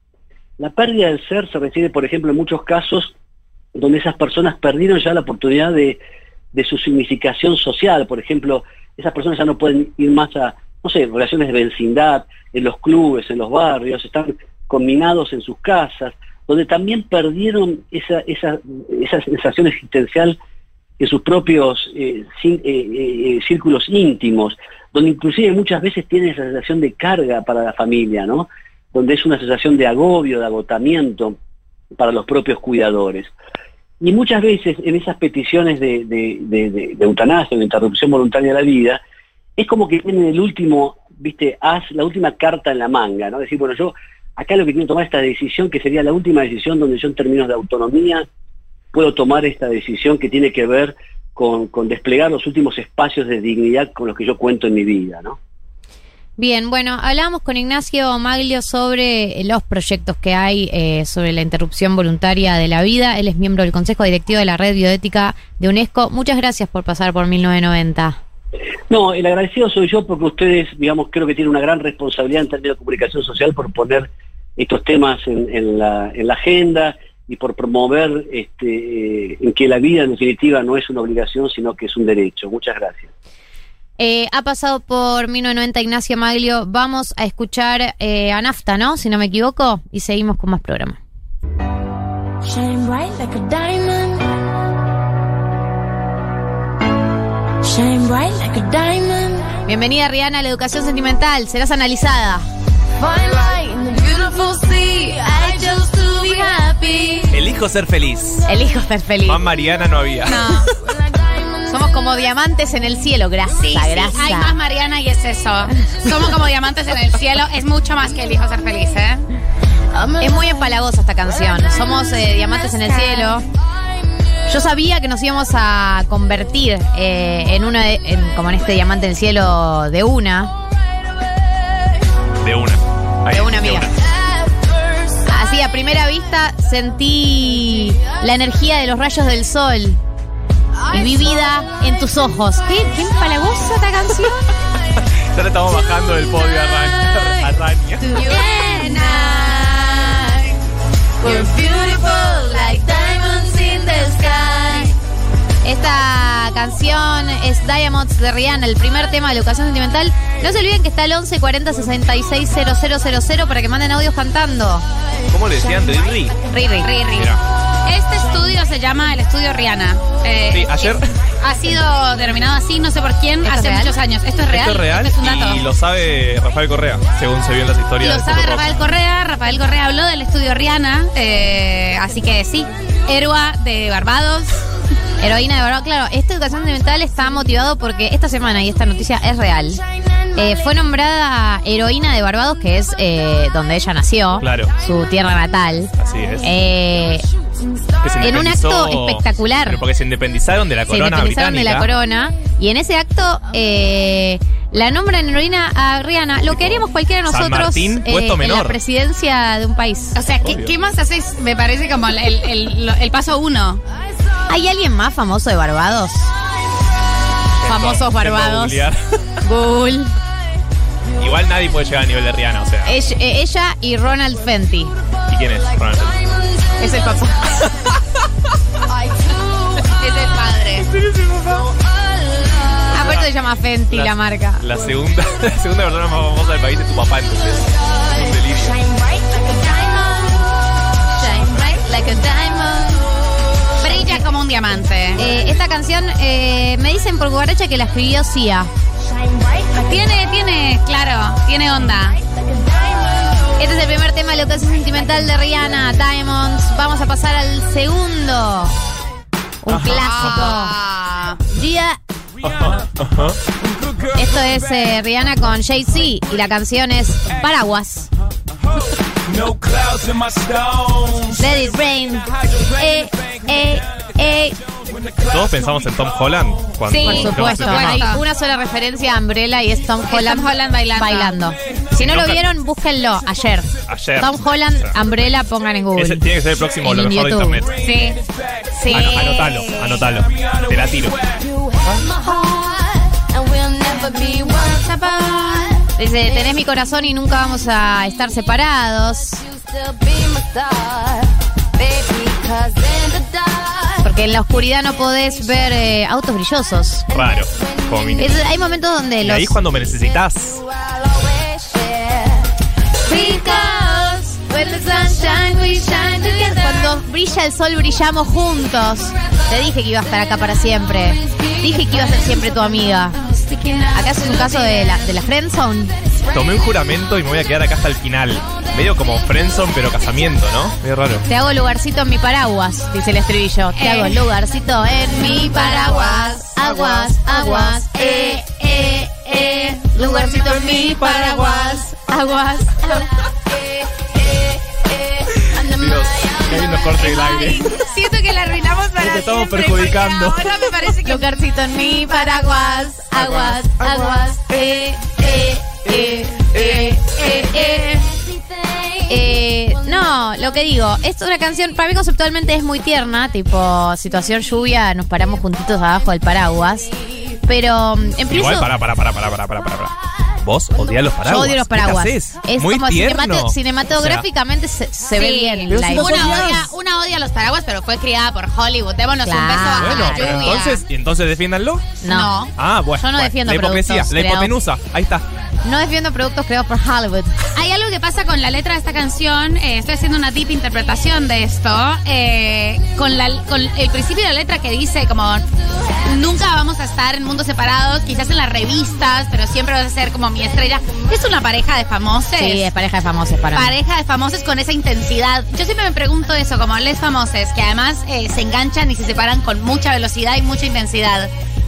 La pérdida del ser se refiere, por ejemplo, en muchos casos donde esas personas perdieron ya la oportunidad de, de su significación social. Por ejemplo, esas personas ya no pueden ir más a, no sé, relaciones de vecindad, en los clubes, en los barrios, están combinados en sus casas, donde también perdieron esa, esa, esa sensación existencial en sus propios eh, sin, eh, eh, círculos íntimos, donde inclusive muchas veces tienen esa sensación de carga para la familia, ¿no? Donde es una sensación de agobio, de agotamiento para los propios cuidadores. Y muchas veces en esas peticiones de, de, de, de, de eutanasia, de interrupción voluntaria de la vida, es como que tienen el último, viste, haz, la última carta en la manga, ¿no? Es decir, bueno, yo acá lo que quiero tomar esta decisión, que sería la última decisión donde yo en términos de autonomía puedo tomar esta decisión que tiene que ver con, con desplegar los últimos espacios de dignidad con los que yo cuento en mi vida, ¿no? Bien, bueno, hablábamos con Ignacio Maglio sobre los proyectos que hay eh, sobre la interrupción voluntaria de la vida. Él es miembro del Consejo Directivo de la Red Bioética de UNESCO. Muchas gracias por pasar por mil novecientos noventa. No, el agradecido soy yo porque ustedes, digamos, creo que tienen una gran responsabilidad en términos de comunicación social por poner estos temas en, en, la, en la agenda y por promover este, eh, en que la vida en definitiva no es una obligación, sino que es un derecho. Muchas gracias. Eh, ha pasado por mil novecientos noventa Ignacio Maglio. Vamos a escuchar eh, a Nafta, ¿no? Si no me equivoco, y seguimos con más programa. Shine bright like a diamond. Shine bright like a diamond. Bienvenida, Rihanna, a la educación sentimental. Serás analizada. Fine light in the beautiful sea. I chose to be happy. Elijo ser feliz. Elijo ser feliz. Más Mariana no había. No. Somos como como diamantes en el cielo. Grasa, Sí, sí, grasa. hay más Mariana y es eso. Somos como diamantes en el cielo. Es mucho más que elijo ser feliz, ¿eh? Es muy empalagosa esta canción. Somos eh, diamantes en el cielo. Yo sabía que nos íbamos a convertir eh, en una, de- en, como en este diamante en el cielo de una. De una. Ahí, De una amiga. Así a primera vista sentí la energía de los rayos del sol y mi vida en tus ojos. ¿Qué, qué empalagosa esta canción? Ya le estamos bajando del podio a Raña. A Raña. You're beautiful like diamonds in the sky. Esta canción es Diamonds de Rihanna, el primer tema de la educación sentimental. No se olviden que está el once cuarenta sesenta y seis cero cero cero cero para que manden audios cantando. ¿Cómo le decían? Riri. Riri. Riri. Mira. Este estudio se llama el estudio Rihanna. Eh, Sí, ayer- es- ha sido denominado así, no sé por quién, ¿Esto hace es real? muchos años. Esto es real. Esto es real Esto es un dato. y lo sabe Rafael Correa, según se vio en las historias Lo de sabe Futurock. Rafael Correa. Rafael Correa habló del estudio Rihanna. eh, así que sí, héroe de Barbados. Heroína de Barbados. Claro, esta educación sentimental está motivado porque esta semana, y esta noticia es real, eh, fue nombrada heroína de Barbados, que es eh, donde ella nació, Claro. su tierra natal. Así es. Eh, Que se en un independizó- acto espectacular. Pero porque se independizaron de la se corona independizaron de británica. la corona y en ese acto eh, la nombran heroína a Rihanna, lo que haríamos cualquiera de San nosotros Martín, eh, puesto en la menor. presidencia de un país. O sea, ¿qué, Obvio. qué más haces? Me parece como el, el- el- el paso uno. ¿Hay alguien más famoso de Barbados? Famosos Intento Barbados. googlear. Google. Igual nadie puede llegar al nivel de Rihanna, o sea. Ella, eh, ella y Ronald Fenty. ¿Y quién es? Ronald Fenty? Es el papá. Es el padre. Aparte se llama Fenty la, marca. La segunda, la segunda persona más famosa del país es tu papá, entonces. Es un delirio. Shine bright like a diamond. Brilla como un diamante. Eh, esta canción eh, me dicen por cucaracha que la escribió Sia. Tiene, tiene, claro, tiene onda. Este es el primer tema de la educación sentimental de Rihanna, Diamonds. Vamos a pasar al segundo. Un Ajá. clásico. Ah. Gia. Ajá, ajá. Esto es eh, Rihanna con Jay-Z y la canción es Paraguas. No clouds in my stones. Let it rain. Eh, eh, eh. Todos pensamos en Tom Holland cuando Sí, Por escuchamos supuesto. ese tema. Hay una sola referencia a Umbrella y es Tom Holland, Tom Holland bailando. Si no No, lo pero- vieron, búsquenlo ayer. Ayer. Tom Holland, O sea, Umbrella, pongan en Google. ese tiene que ser el próximo En lo mejor de YouTube. internet. Sí. Sí. Ano- anotalo, anotalo. Te la tiro. Dice, tenés mi corazón y nunca vamos a estar separados. Porque en la oscuridad no podés ver eh, autos brillosos. Raro. Como mi- Es- hay momentos donde Y los... ahí es cuando me necesitas. Because when the sun shines, we shine together. Cuando brilla el sol, brillamos juntos. Te dije que iba a estar acá para siempre. Dije que iba a ser siempre tu amiga. ¿Acaso es un caso de la, de la friendzone? Tomé un juramento y me voy a quedar acá hasta el final. Medio como friendzone, pero casamiento, ¿no? Medio raro. Te hago lugarcito en mi paraguas, dice el estribillo. Te Eh. hago lugarcito en mi paraguas. Aguas, aguas, eh, eh, eh. Lugarcito en mi paraguas. Aguas, aguas. Dios, qué lindo corte del aire. Siento que la arruinamos para Te estamos siempre, perjudicando. porque Ahora me parece que Lugarcito en mi paraguas. Aguas, aguas, eh, eh, eh, eh, eh, eh. Eh, no, lo que digo, es una canción, para mí conceptualmente es muy tierna, tipo situación lluvia, nos paramos juntitos abajo del paraguas. Pero mm, empiezo. Igual, para, para, para, para, para, para, para. ¿Vos odias los Yo paraguas? odio los ¿Qué paraguas. te haces? Es Muy como tierno. cinemato- cinematográficamente se, se ve Sí. bien. Pero la si imagen. los una odias. odia, una odia los paraguas, pero fue criada por Hollywood. Démonos un Claro. beso bajo Bueno, la pero lluvia. entonces, ¿y entonces defiéndanlo? No. Ah, bueno. Yo no bueno, defiendo la hipocresía, productos la creados. hipotenusa. Ahí está. No defiendo productos creados por Hollywood. Hay algo que pasa con la letra de esta canción. eh, estoy haciendo una deep interpretación de esto. eh, con, la, con el principio de la letra que dice como nunca vamos a estar en mundos separados, quizás en las revistas, pero siempre vas a ser como mi estrella. Es una pareja de famosos. Sí, es pareja de famosos para mí. Pareja de famosos con esa intensidad. Yo siempre me pregunto eso, como les famosos, que además eh, se enganchan y se separan con mucha velocidad y mucha intensidad.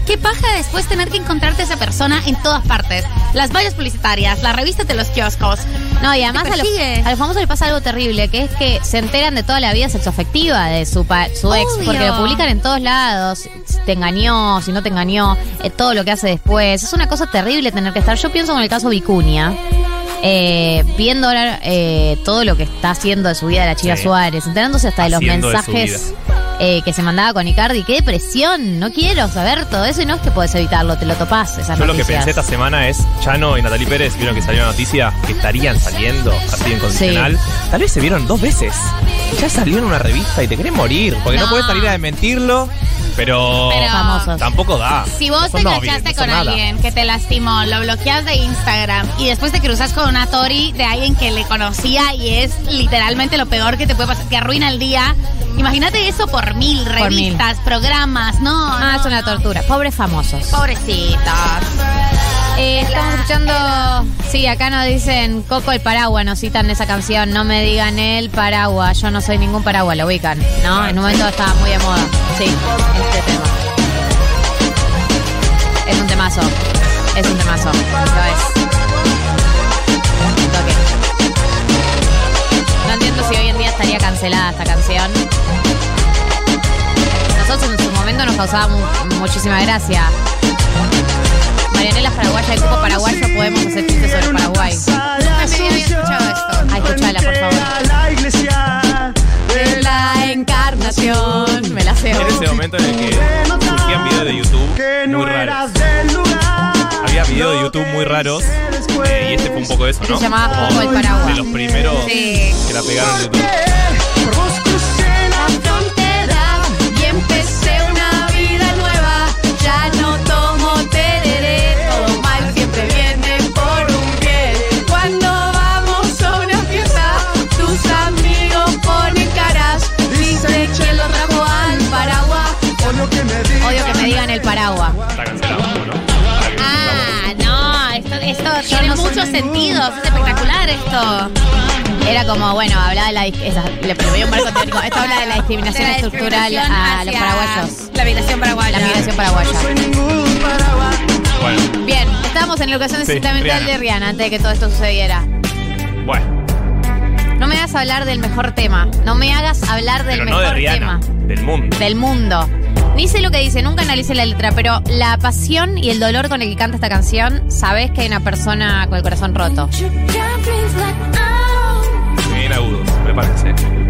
qué paja después tener que encontrarte a esa persona en todas partes. Las vallas publicitarias, las revistas de los kioscos. No, y además a los, a los famosos les pasa algo terrible, que es que se enteran de toda la vida sexoafectiva de su, pa, su ex, Obvio. porque lo publican en todos lados, si te engañó, si no te engañó, eh, todo lo que hace después. Es una cosa terrible tener que estar. Yo pienso con el caso Vicuña, eh, viendo ahora eh, todo lo que está haciendo de su vida la Chica Sí. Suárez, enterándose hasta de los Haciendo de su mensajes eh, que se mandaba con Icardi. ¡Qué depresión! No quiero saber todo eso y no es que podés evitarlo, te lo topás, esas Yo lo que noticias. pensé esta semana es, Chano y Natalie Pérez vieron que salió una noticia que estarían saliendo así en condicional. Tal vez se vieron dos veces. Ya salió en una revista y te querés morir, porque no, No. puedes salir a desmentirlo, pero, Pero- Famosos. tampoco da. Si vos No te son novios, enganchaste no son con nada. alguien que te lastimó, lo bloqueas de Instagram y después te cruzas con una tori de alguien que le conocía y es literalmente lo peor que te puede pasar, que arruina el día. Imagínate eso por mil Por revistas, programas, no. Ah, no, es una no. tortura. Pobres famosos. Pobrecitos. Eh, estamos escuchando. Sí, acá nos dicen Coco el paraguas, nos citan esa canción. No me digan el paraguas. Yo no soy ningún paraguas, lo ubican, ¿no? En un momento estaba muy de moda. Sí, este tema. Es un temazo. Es un temazo. Lo es. Un toque. No entiendo si hoy en día estaría cancelada esta canción. Nosotros en su momento nos causaba mu- muchísima gracia. Marianela es paraguaya, el grupo paraguayo, podemos hacer chistes sobre Paraguay. Ay, me había escuchado esto. Ay, escuchala, por favor. La iglesia De la encarnación. Me la sé. En ese momento en el que surgían videos de YouTube que muy no raros. eras del lugar. Había videos de YouTube muy raros eh, y este fue un poco eso, ¿no? Se llamaba Como Coco el paraguas. de los primeros Sí. que la pegaron en YouTube. Por vos crucé la Frontera y empecé una vida nueva. Ya no tomo tereré. Todo mal siempre viene por un bien. Cuando vamos a una fiesta, tus amigos ponen caras. Dicen que lo trajo al paraguas. odio que me digas. Odio que me digan el paraguas. Está cancelado, ¿no? Ah, no, esto, esto tiene no sé. muchos sentidos, es espectacular esto. Era como, bueno, hablaba de la. Esa, le ponía un marco teórico. Esto habla de la discriminación De la estructural discriminación a los hacia paraguayos. La migración paraguaya. La migración paraguaya. Soy ningún paraguas. Bueno, Bien, estábamos en la educación de Sí, sistema mental Rihanna. de Rihanna antes de que todo esto sucediera. bueno. No me hagas hablar del mejor tema. No me hagas hablar del Pero no mejor de Rihanna, tema. del mundo. Del mundo. Ni sé lo que dice, nunca analicé la letra, pero la pasión y el dolor con el que canta esta canción, sabes que hay una persona con el corazón roto. Bien agudos, me parece.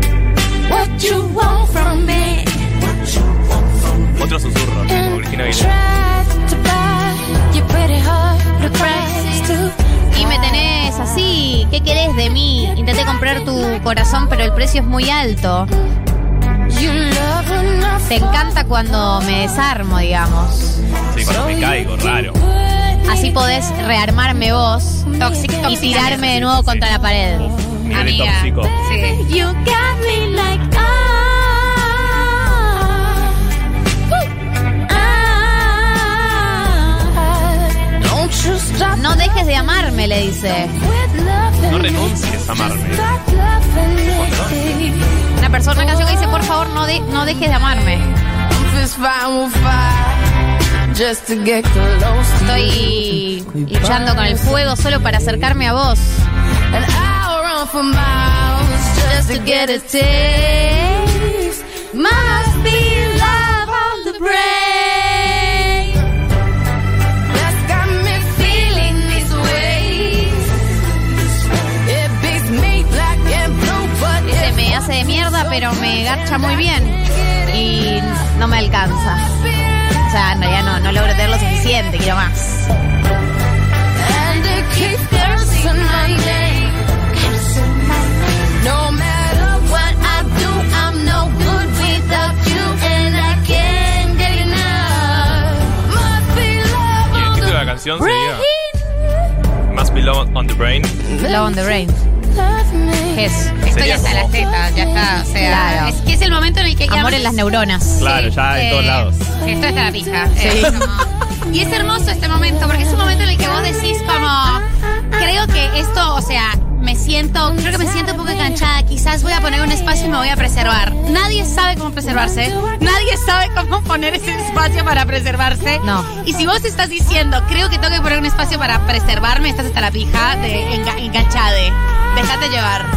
Otro susurro, como Cristina Aguilera. Y me tenés así, ¿qué querés de mí? Intenté comprar tu corazón, pero el precio es muy alto. Te encanta cuando me desarmo, digamos. Sí, cuando me caigo, raro. Así podés rearmarme vos Tóxico, y tóxica. tirarme de nuevo contra la pared. Nivel de Amiga. tóxico. Sí. You got me like ah. No dejes de amarme, le dice. No renuncies a amarme. Una persona, una canción que dice, por favor, no, de- no dejes de amarme. Estoy luchando con el fuego solo para acercarme a vos. Just to get a taste. Must be love on the brain. That's got me feeling this way. It beats me black and blue, but ese me hace de mierda, pero me garcha muy bien. Y no me alcanza. O sea, en realidad no, no logro tener lo suficiente, quiero más. And it keeps cursing my name. No matter what I do, I'm no good without you, and I can't get enough. Must be Y el love on título de la the canción sería Must Be Love on the Brain. Love on the Brain. ¿Qué es? Esto Sería ya está en como- las tetas, ya está. O sea, Claro. es que es el momento en el que ya Amor en las neuronas. Claro, ya en Eh, todos lados. Esto está la pija. Sí. Es como- y es hermoso este momento, porque es un momento en el que vos decís como, creo que esto, o sea, me siento, creo que me siento un poco enganchada. Quizás voy a poner un espacio y me voy a preservar. Nadie sabe cómo preservarse. Nadie sabe cómo poner ese espacio para preservarse. No. Y si vos estás diciendo, creo que tengo que poner un espacio para preservarme, estás hasta la pija de enga- enganchade. Déjate llevar.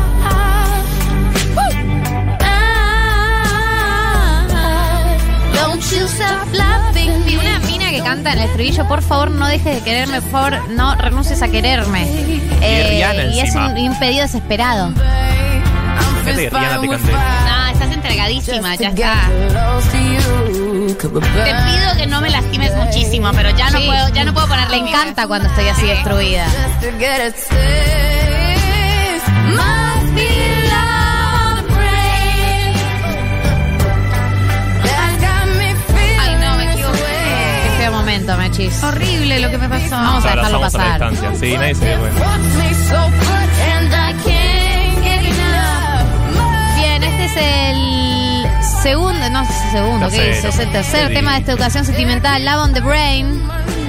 Si una mina que canta en el estribillo, por favor no dejes de quererme, por favor no renuncies a quererme. Eh, Rihanna y es encima. un, un pedido desesperado. Fíjate que Rihanna te cante. No, estás entregadísima, ya está. Te pido que no me lastimes muchísimo, pero ya no Sí. puedo, ya no puedo poner Le encanta cuando estoy así destruida. Ay, no, me equivoqué. Qué feo momento, Mechis. Horrible lo que me pasó. Vamos a dejarlo Abrazamos a la pasar. distancia. Sí, nadie se dio cuenta. Bien, este es el segundo, no sé si segundo, ¿qué Tercero. dice? Es el tercer Sí. tema de esta educación sentimental, Love on the Brain.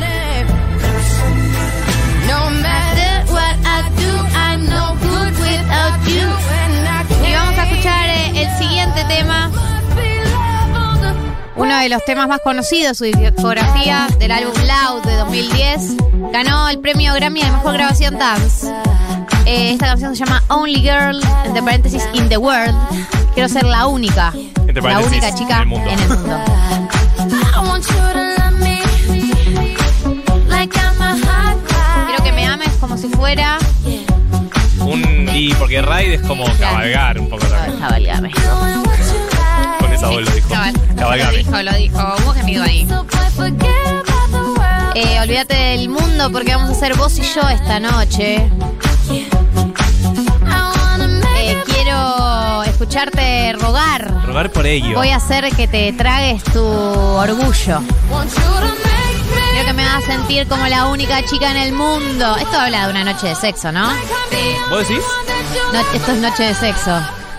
Y vamos a escuchar eh, el siguiente tema. Uno de los temas más conocidos, su discografía del álbum Loud de dos mil diez. Ganó el premio Grammy de Mejor Grabación Dance. Eh, esta canción se llama Only Girl, entre paréntesis, in the world. Quiero ser la única, Entre la paréntesis, única chica en el mundo. en el mundo. Quiero que me ames como si fuera... Un, y porque Raid es como cabalgar un poco también. Cabalgame. Con esa voz lo dijo. Cabal, lo Cabalgame. dijo, lo dijo. Hubo gemido ahí. Eh, olvídate del mundo porque vamos a hacer vos y yo esta noche. Eh, quiero escucharte rogar. Rogar por ello. Voy a hacer que te tragues tu orgullo. Quiero que me hagas sentir como la única chica en el mundo. Esto habla de una noche de sexo, ¿no? ¿Vos decís? No, esto es noche de sexo.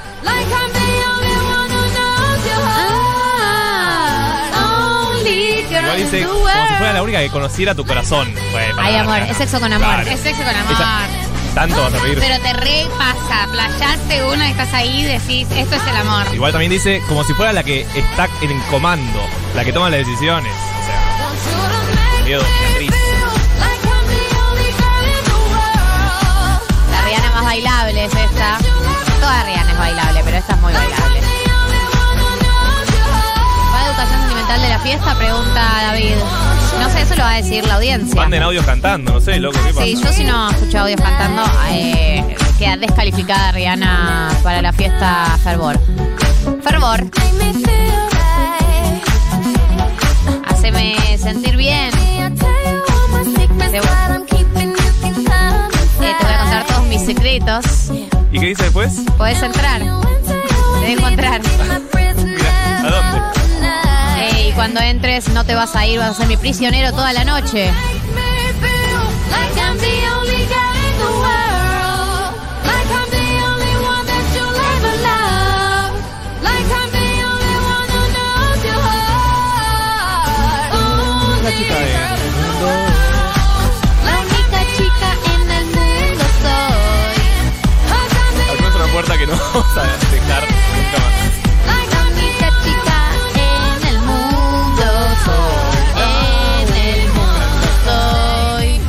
Igual dice como si fuera la única que conociera tu corazón. Bueno, para Ay, nada, amor, nada. es sexo con amor. Claro. Es sexo con amor. Ella- Tanto vas a reír. Pero te repasa, playaste una y estás ahí y decís, esto es el amor. Igual también dice como si fuera la que está en el comando, la que toma las decisiones. O sea, miedo, dominatriz. La Rihanna más bailable es esta. Toda Rihanna es bailable, pero esta es muy bailable. ¿Va a educación sentimental de la fiesta? Pregunta David. No sé, eso lo va a decir la audiencia. Manden audios cantando, no sé, loco, ¿qué pasa? Sí, yo si no escucho audios cantando, eh, queda descalificada Rihanna para la fiesta Fervor. Fervor. Haceme sentir bien. Te, eh, te voy a contar todos mis secretos. ¿Y qué dice después? Podés entrar. Te dejo entrar. Mira, ¿a dónde? Eh, y cuando entres no te vas a ir, vas a ser mi prisionero toda la noche. La chica de mundo. La única chica en el mundo soy. Abrimos una puerta que no vamos a dejar nunca más. La única chica en el mundo soy. En el mundo soy.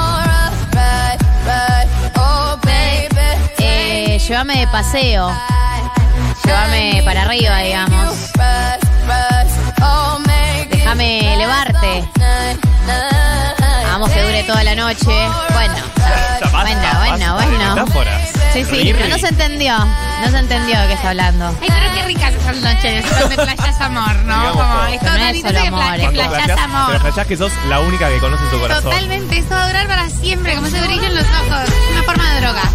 Eh, llévame de paseo. Llévame para arriba, digamos. Déjame elevarte. Vamos que dure toda la noche. Bueno, Ya basta, bueno, basta bueno, de bueno. metáforas. Sí, sí, Rirri. pero no se entendió. No se entendió de qué está hablando. Ay, pero qué ricas esas noches donde playas amor, ¿no? Digamos Como todo. esto No tan es lindo solo de amor, pla- de es Cuando playas flashás- amor. Pero flashás que sos la única que conoce tu corazón. Totalmente, esto va a durar para siempre, como ese brillo en los ojos. Una forma de droga.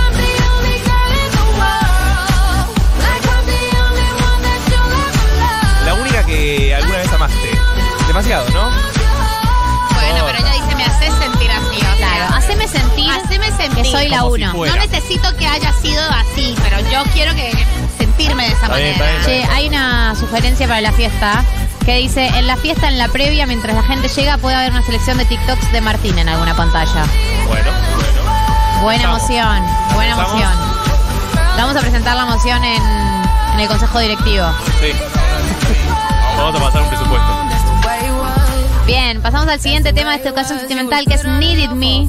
La única que alguna vez amaste. Demasiado, ¿no? Bueno, Oh. pero ella dice, me haces sentir así, o sea. Claro, haceme sentir Haceme sentir. que soy la Como si uno. fuera. No necesito que haya sido así, pero yo quiero que sentirme de esa Está bien, manera. está bien. Che, hay una sugerencia para la fiesta que dice, en la fiesta, en la previa, mientras la gente llega, puede haber una selección de TikToks de Martín en alguna pantalla. Bueno, bueno. Buena Vamos. moción, buena ¿Vamos? moción. Vamos a presentar la moción en, en el Consejo Directivo. Sí. Vamos a pasar un presupuesto. Bien, pasamos al siguiente tema de esta ocasión sentimental, que es Needed Me.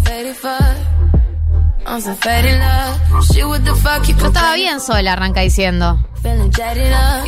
Yo estaba bien sola, arranca diciendo. Esta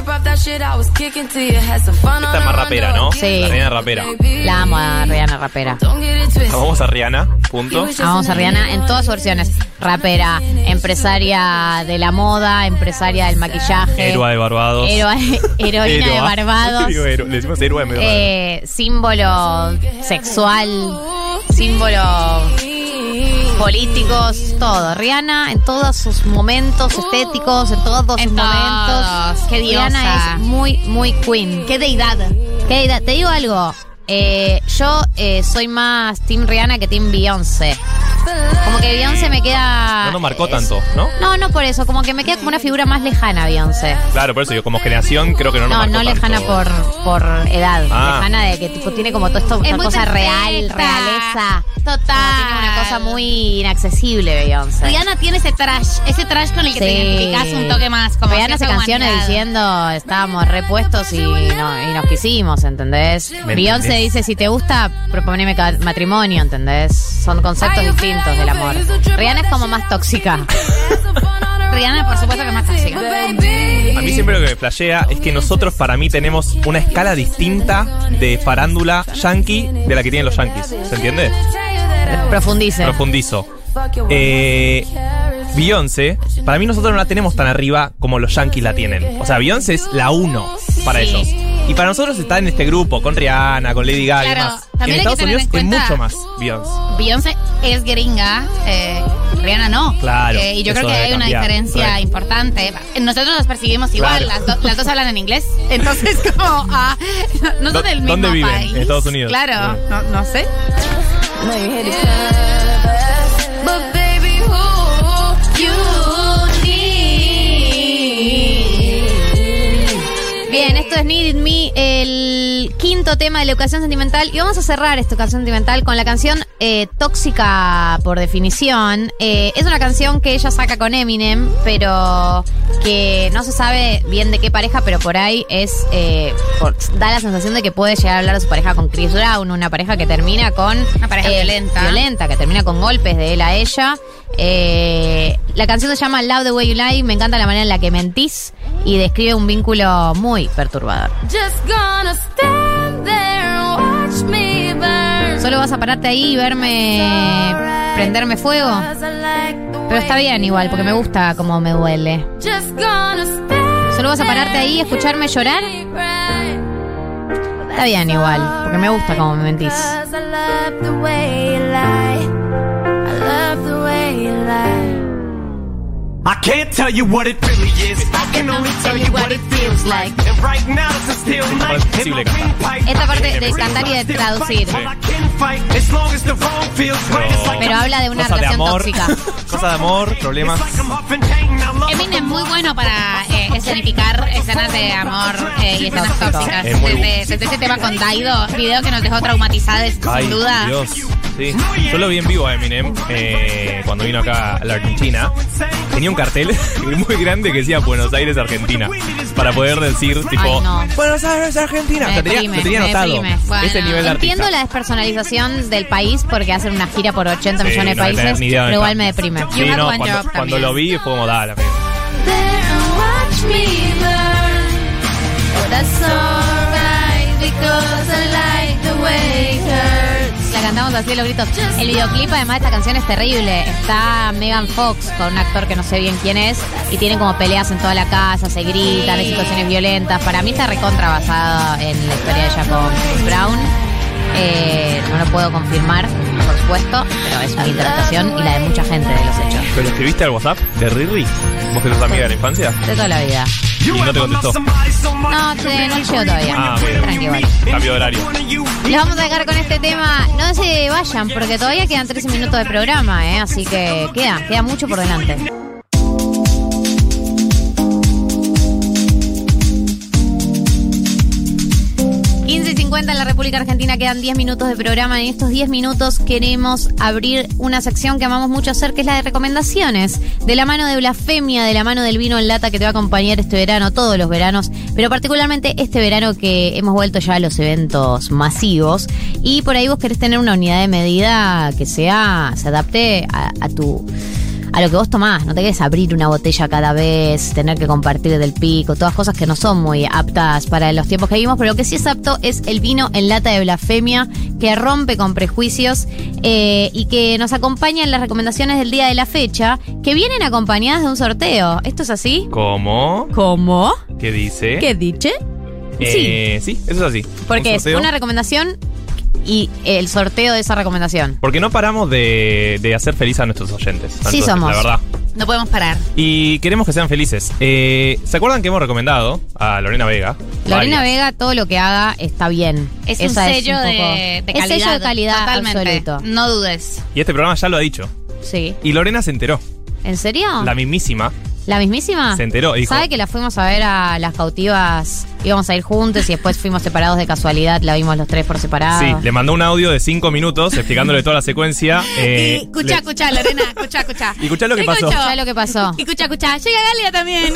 es más rapera, ¿no? Sí. La Rihanna rapera. La amo a Rihanna rapera. Vamos a Rihanna, punto. Amamos a Rihanna en todas sus versiones. Rapera, empresaria de la moda, empresaria del maquillaje. Héroe de Barbados. Héroe- heroína de Héroa. Barbados. Digo héroe, le decimos héroe de Barbados. Eh, símbolo sexual, símbolo políticos, todo. Rihanna en todos sus momentos estéticos, en todos sus En momentos. todos. Qué diosa. Rihanna es muy, muy queen. Qué deidad. ¿Qué deidad? Te digo algo. Eh, yo eh, soy más Team Rihanna que Team Beyoncé. Como que Beyoncé me queda... No nos marcó es- tanto, ¿no? No, no por eso. Como que me queda como una figura más lejana Beyoncé. Claro, por eso digo, como generación creo que no nos No, marcó no lejana tanto. por, por edad. Ah. Lejana de que tipo tiene como todo esto, Es una muy cosa real, perfecta. realeza. Total. Como tiene una cosa muy inaccesible, Beyoncé. Rihanna tiene ese trash, ese trash con el que te Sí. identificas un toque más. Como Rihanna hace cierta canciones humanidad. diciendo estábamos repuestos y, no, y nos quisimos, ¿entendés? ¿Me Beyoncé entendés? dice, si te gusta, proponeme ca- matrimonio, ¿entendés? Son conceptos distintos del amor. Rihanna es como más tóxica. Rihanna, por supuesto que es más tóxica. A mí siempre lo que me flashea es que nosotros para mí tenemos una escala distinta de farándula yankee de la que tienen los yankees. ¿Se entiende? Profundice. Profundizo. Eh, Beyoncé, para mí nosotros no la tenemos tan arriba como los yankees la tienen. O sea, Beyoncé es la uno para Sí. ellos. Y para nosotros está en este grupo, con Rihanna, con Lady Gaga y Claro, demás. también En hay Estados que tener Unidos en es cuenta- mucho más Beyoncé. Beyoncé es gringa, eh, Rihanna no. Claro, Eh, y yo eso creo que debe hay una cambiar. diferencia Re. importante. Nosotros nos percibimos igual, Claro. las, do- las dos hablan en inglés. Entonces, como, ah, no son ¿Dó- del mismo dónde viven? país. En Estados Unidos. Claro, Sí. no, no sé. Bien, esto es Needed Me, el quinto tema de la educación sentimental. Y vamos a cerrar esta educación sentimental con la canción eh, Tóxica por definición. Eh, es una canción que ella saca con Eminem, pero que no se sabe bien de qué pareja, pero por ahí es eh, por- da la sensación de que puede llegar a hablar de su pareja con Chris Brown, una pareja que termina con... Una pareja violenta. Violenta, que termina con golpes de él a ella. Eh, la canción se llama Love the Way You Lie. Me encanta la manera en la que mentís y describe un vínculo muy perturbador. Solo vas a pararte ahí y verme prenderme fuego. Pero está bien igual, porque me gusta cómo me duele. Solo vas a pararte ahí y escucharme llorar. Está bien igual, porque me gusta cómo me mentís. I can't tell you what it really is. I can only tell you what it feels like. And right now it's a still night. Es imposible cantar. Esta parte de cantar y de traducir. Pero habla de una Cosas de relación amor, tóxica. cosas de amor, problemas. Eminem es muy bueno para eh, escenificar escenas de amor eh, y escenas Tóxico. tóxicas. Es muy Desde, desde ese tema con Daido, video que nos dejó traumatizados, Ay, sin duda. Dios. Sí. Yo lo vi en vivo a Eminem eh, cuando vino acá a la Argentina. Tenía un cartel muy grande que decía Buenos Aires, Argentina. Para poder decir, tipo, Ay, no. Buenos Aires, Argentina. Me O sea, tenía, deprime, lo tenía me anotado. deprime. Bueno, Ese nivel de Entiendo artista. la despersonalización del país porque hacen una gira por ochenta Sí, millones de no debe tener países, ni idea pero dónde igual está. me deprime. Sí, You Have no, One cuando, Job cuando también. lo vi fue como, dale. amigo. La cantamos así a los gritos. El videoclip, además de esta canción, es terrible. Está Megan Fox con un actor que no sé bien quién es y tienen como peleas en toda la casa, se gritan, hay situaciones violentas. Para mí está recontra basada en la historia de ella con Chris Brown. Eh, no lo puedo confirmar, por supuesto, pero es mi interpretación y la de mucha gente de los hechos. ¿Pero escribiste al WhatsApp de Riri? ¿Vos que sos amiga de la infancia? De toda la vida. Y no te contestó. No, te, no llego todavía. Ah, bien. Tranqui, igual. Cambio de horario. Les vamos a dejar con este tema. No se vayan, porque todavía quedan trece minutos de programa, ¿eh? Así que queda, queda mucho por delante. quince y cincuenta en la República República Argentina quedan diez minutos de programa. En estos diez minutos queremos abrir una sección que amamos mucho hacer, que es la de recomendaciones. De la mano de Blasfemia, de la mano del vino en lata que te va a acompañar este verano, todos los veranos, pero particularmente este verano que hemos vuelto ya a los eventos masivos. Y por ahí vos querés tener una unidad de medida que sea, se adapte a, a tu... a lo que vos tomás, no te querés abrir una botella cada vez, tener que compartir del pico, todas cosas que no son muy aptas para los tiempos que vivimos, pero lo que sí es apto es el vino en lata de Blasfemia, que rompe con prejuicios eh, y que nos acompaña en las recomendaciones del día de la fecha, que vienen acompañadas de un sorteo. ¿Esto es así? ¿Cómo? ¿Cómo? ¿Qué dice? ¿Qué dice? Eh, sí. sí, eso es así. Porque Un es sorteo. una recomendación y el sorteo de esa recomendación. Porque no paramos de, de hacer feliz a nuestros oyentes. a Sí nuestros- somos. La verdad. No podemos parar. Y queremos que sean felices. Eh, ¿Se acuerdan que hemos recomendado a Lorena Vega? Lorena Varias. Vega, todo lo que haga está bien. Es un Esa sello un poco- de, de calidad. Es sello de calidad Totalmente. absoluto. No dudes. Y este programa ya lo ha dicho. Sí. Y Lorena se enteró. ¿En serio? La mismísima. ¿La mismísima? Se enteró y dijo- ¿Sabe que la fuimos a ver a las cautivas? Íbamos a ir juntos y después fuimos separados de casualidad. La vimos los tres por separado. Sí, le mandó un audio de cinco minutos explicándole toda la secuencia. eh, y escucha, le- escucha, Lorena, escucha, escucha. Y escuchá lo que ¿Qué pasó. escuchó? ¿Sabes lo que pasó? Y escucha, escucha. Llega Galia también.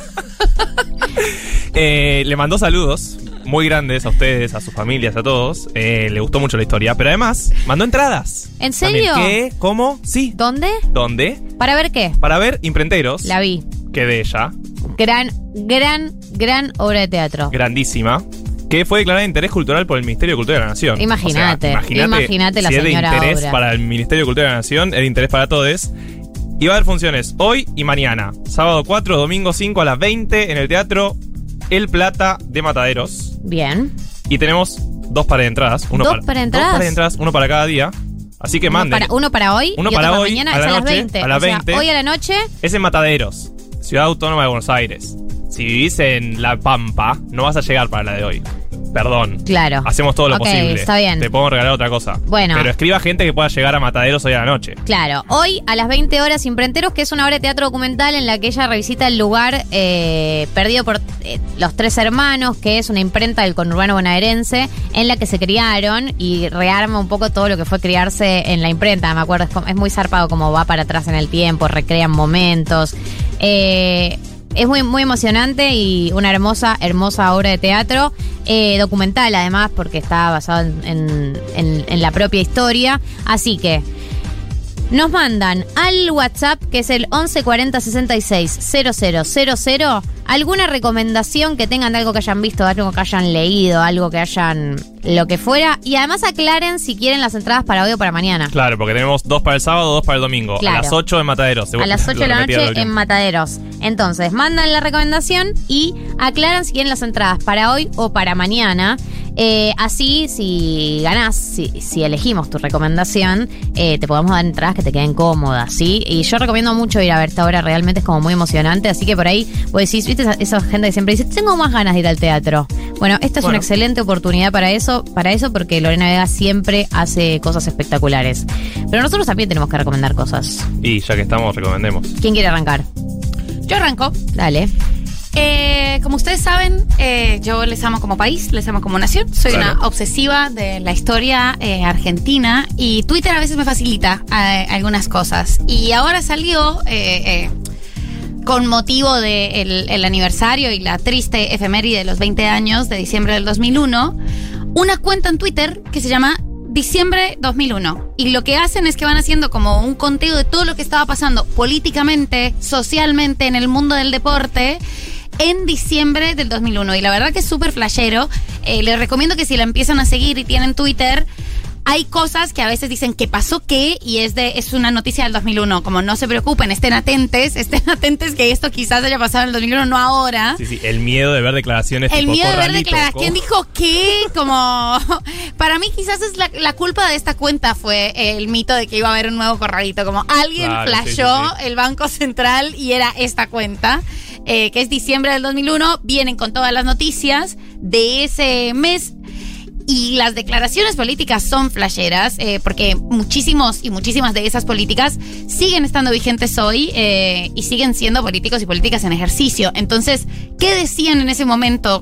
Eh, le mandó saludos muy grandes a ustedes, a sus familias, a todos. Eh, le gustó mucho la historia. Pero además, mandó entradas. ¿En serio? También. ¿Qué? ¿Cómo? Sí. ¿Dónde? ¿Dónde? ¿Para ver qué? Para ver Imprenteros. La vi. Que de ella. Gran, gran, gran obra de teatro. Grandísima. Que fue declarada de interés cultural por el Ministerio de Cultura de la Nación. Imagínate, O sea, imagínate la si señora es de interés obra. para el Ministerio de Cultura de la Nación, es de interés para todos. Y va a haber funciones hoy y mañana. Sábado cuatro, domingo cinco a las veinte en el Teatro El Plata de Mataderos. Bien. Y tenemos dos pares de entradas. Uno ¿Dos para, pares de entradas? Dos pares de entradas, uno para cada día. Así que Uno manden. para, uno para hoy Uno y otro para para hoy, mañana. a la es a las noche, veinte. a las O sea, veinte. hoy a la noche. Es en Mataderos, Ciudad Autónoma de Buenos Aires. Si vivís en La Pampa, no vas a llegar para la de hoy. Perdón. Claro. Hacemos todo lo Ok, posible. está bien. Te podemos regalar otra cosa. Bueno. Pero escriba gente que pueda llegar a Mataderos hoy a la noche. Claro, hoy a las veinte horas Imprenteros, que es una obra de teatro documental en la que ella revisita el lugar eh, perdido por eh, los tres hermanos, que es una imprenta del conurbano bonaerense, en la que se criaron y rearma un poco todo lo que fue criarse en la imprenta. Me acuerdo, es, como- es muy zarpado como va para atrás en el tiempo, recrean momentos. Eh, es muy, muy emocionante y una hermosa, hermosa obra de teatro. Eh, documental además, porque está basado en, en- en- en la propia historia. Así que nos mandan al WhatsApp, que es el once cuarenta sesenta y seis cero cero cero cero, alguna recomendación que tengan de algo que hayan visto, algo que hayan leído, algo que hayan, lo que fuera. Y además aclaren si quieren las entradas para hoy o para mañana. Claro, porque tenemos dos para el sábado, dos para el domingo. Claro. A las ocho en Mataderos. A las ocho de Lo la repetí noche al último. en Mataderos. Entonces, mandan la recomendación y aclaran si quieren las entradas para hoy o para mañana. Eh, así, si ganás, si, si elegimos tu recomendación, eh, te podemos dar entradas que te queden cómodas, ¿sí? Y yo recomiendo mucho ir a ver esta obra, realmente es como muy emocionante. Así que por ahí vos decís, ¿viste esa, esa gente que siempre dice, tengo más ganas de ir al teatro? Bueno, esta es Bueno. una excelente oportunidad para eso, para eso, porque Lorena Vega siempre hace cosas espectaculares. Pero nosotros también tenemos que recomendar cosas. Y ya que estamos, recomendemos. ¿Quién quiere arrancar? Yo arranco. Dale. Eh, como ustedes saben, eh, yo les amo como país, les amo como nación. Soy Claro. una obsesiva de la historia eh, argentina y Twitter a veces me facilita eh, algunas cosas. Y ahora salió, eh, eh, con motivo del el aniversario y la triste efeméride de los veinte años de diciembre del dos mil uno, una cuenta en Twitter que se llama Diciembre dos mil uno. Y lo que hacen es que van haciendo como un conteo de todo lo que estaba pasando políticamente, socialmente, en el mundo del deporte en diciembre del dos mil uno. Y la verdad que es súper flashero. Eh, les recomiendo que si la empiezan a seguir y tienen Twitter, hay cosas que a veces dicen que pasó qué y es de es una noticia del dos mil uno. Como no se preocupen, estén atentes, estén atentes que esto quizás haya pasado en el dos mil uno, no ahora. Sí, sí, el miedo de ver declaraciones El tipo miedo de ver corralito, declaraciones. ¿cómo? ¿Quién dijo qué? Como. Para mí, quizás es la, la culpa de esta cuenta fue el mito de que iba a haber un nuevo corralito. Como alguien Claro, sí, flashó sí, sí. el Banco Central y era esta cuenta, eh, que es diciembre del dos mil uno. Vienen con todas las noticias de ese mes. Y las declaraciones políticas son flasheras, eh, porque muchísimos y muchísimas de esas políticas siguen estando vigentes hoy eh, y siguen siendo políticos y políticas en ejercicio. Entonces, ¿qué decían en ese momento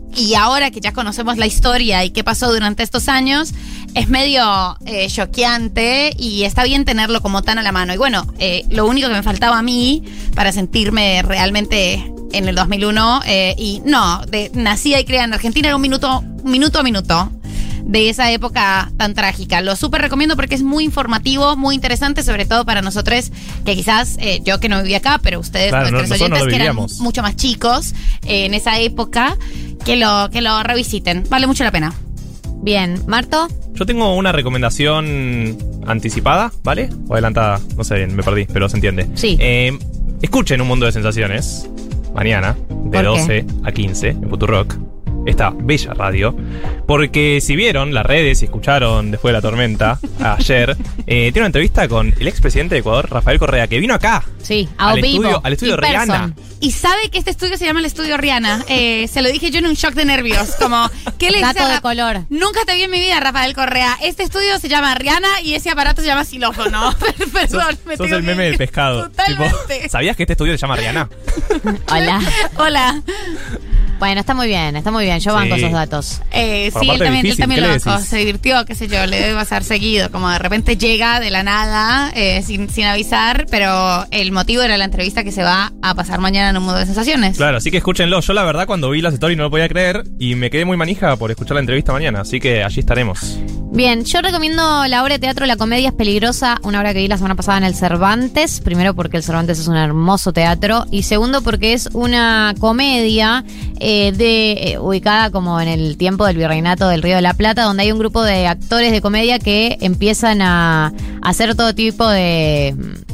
y ahora que ya conocemos la historia y qué pasó durante estos años, es medio eh, choqueante y está bien tenerlo como tan a la mano. Y bueno, eh, lo único que me faltaba a mí para sentirme realmente en el dos mil uno, eh, y no, de, nacida y criada en Argentina, era un minuto, minuto a minuto de esa época tan trágica. Lo súper recomiendo porque es muy informativo, muy interesante, sobre todo para nosotros que quizás, eh, yo que no vivía acá, pero ustedes, Claro, nuestros nosotros no oyentes lo que eran vivíamos. mucho más chicos eh, en esa época, que lo, que lo revisiten. Vale mucho la pena. Bien, Marto. Yo tengo una recomendación anticipada, ¿vale? O adelantada, no sé bien, me perdí, pero se entiende. Sí. Eh, escuchen Un Mundo de Sensaciones, mañana, de ¿Por doce a quince, en Futurock, esta bella radio. Porque si vieron las redes y escucharon después de la tormenta, ayer, eh, tiene una entrevista con el expresidente de Ecuador, Rafael Correa, que vino acá. Sí, a al vivo. estudio, al estudio in person. Rihanna. Y sabe que este estudio se llama el Estudio Rihanna. Eh, se lo dije yo en un shock de nervios. Como, ¿qué le Dato decía a de Ra- color. Nunca te vi en mi vida, Rafael Correa. Este estudio se llama Rihanna y ese aparato se llama xilófono. Perdón, Sos, me sos tengo el que meme ir. del pescado. Totalmente. Tipo, ¿sabías que este estudio se llama Rihanna? Hola. Hola. Bueno, está muy bien, está muy bien. Yo banco Sí. esos datos. Eh, Por sí, él aparte también, él difícil, también ¿qué lo le bancó. decís? Se divirtió, qué sé yo, le debe pasar seguido. Como de repente llega de la nada, eh, sin, sin avisar, pero el motivo era la entrevista que se va a pasar mañana en Un Mundo de Sensaciones. Claro, así que escúchenlo. Yo la verdad cuando vi las stories no lo podía creer y me quedé muy manija por escuchar la entrevista mañana, así que allí estaremos. Bien, yo recomiendo la obra de teatro La Comedia es Peligrosa, una obra que vi la semana pasada en el Cervantes. Primero porque el Cervantes es un hermoso teatro y segundo porque es una comedia eh, de eh, ubicada como en el tiempo del virreinato del Río de la Plata, donde hay un grupo de actores de comedia que empiezan a, a hacer todo tipo de...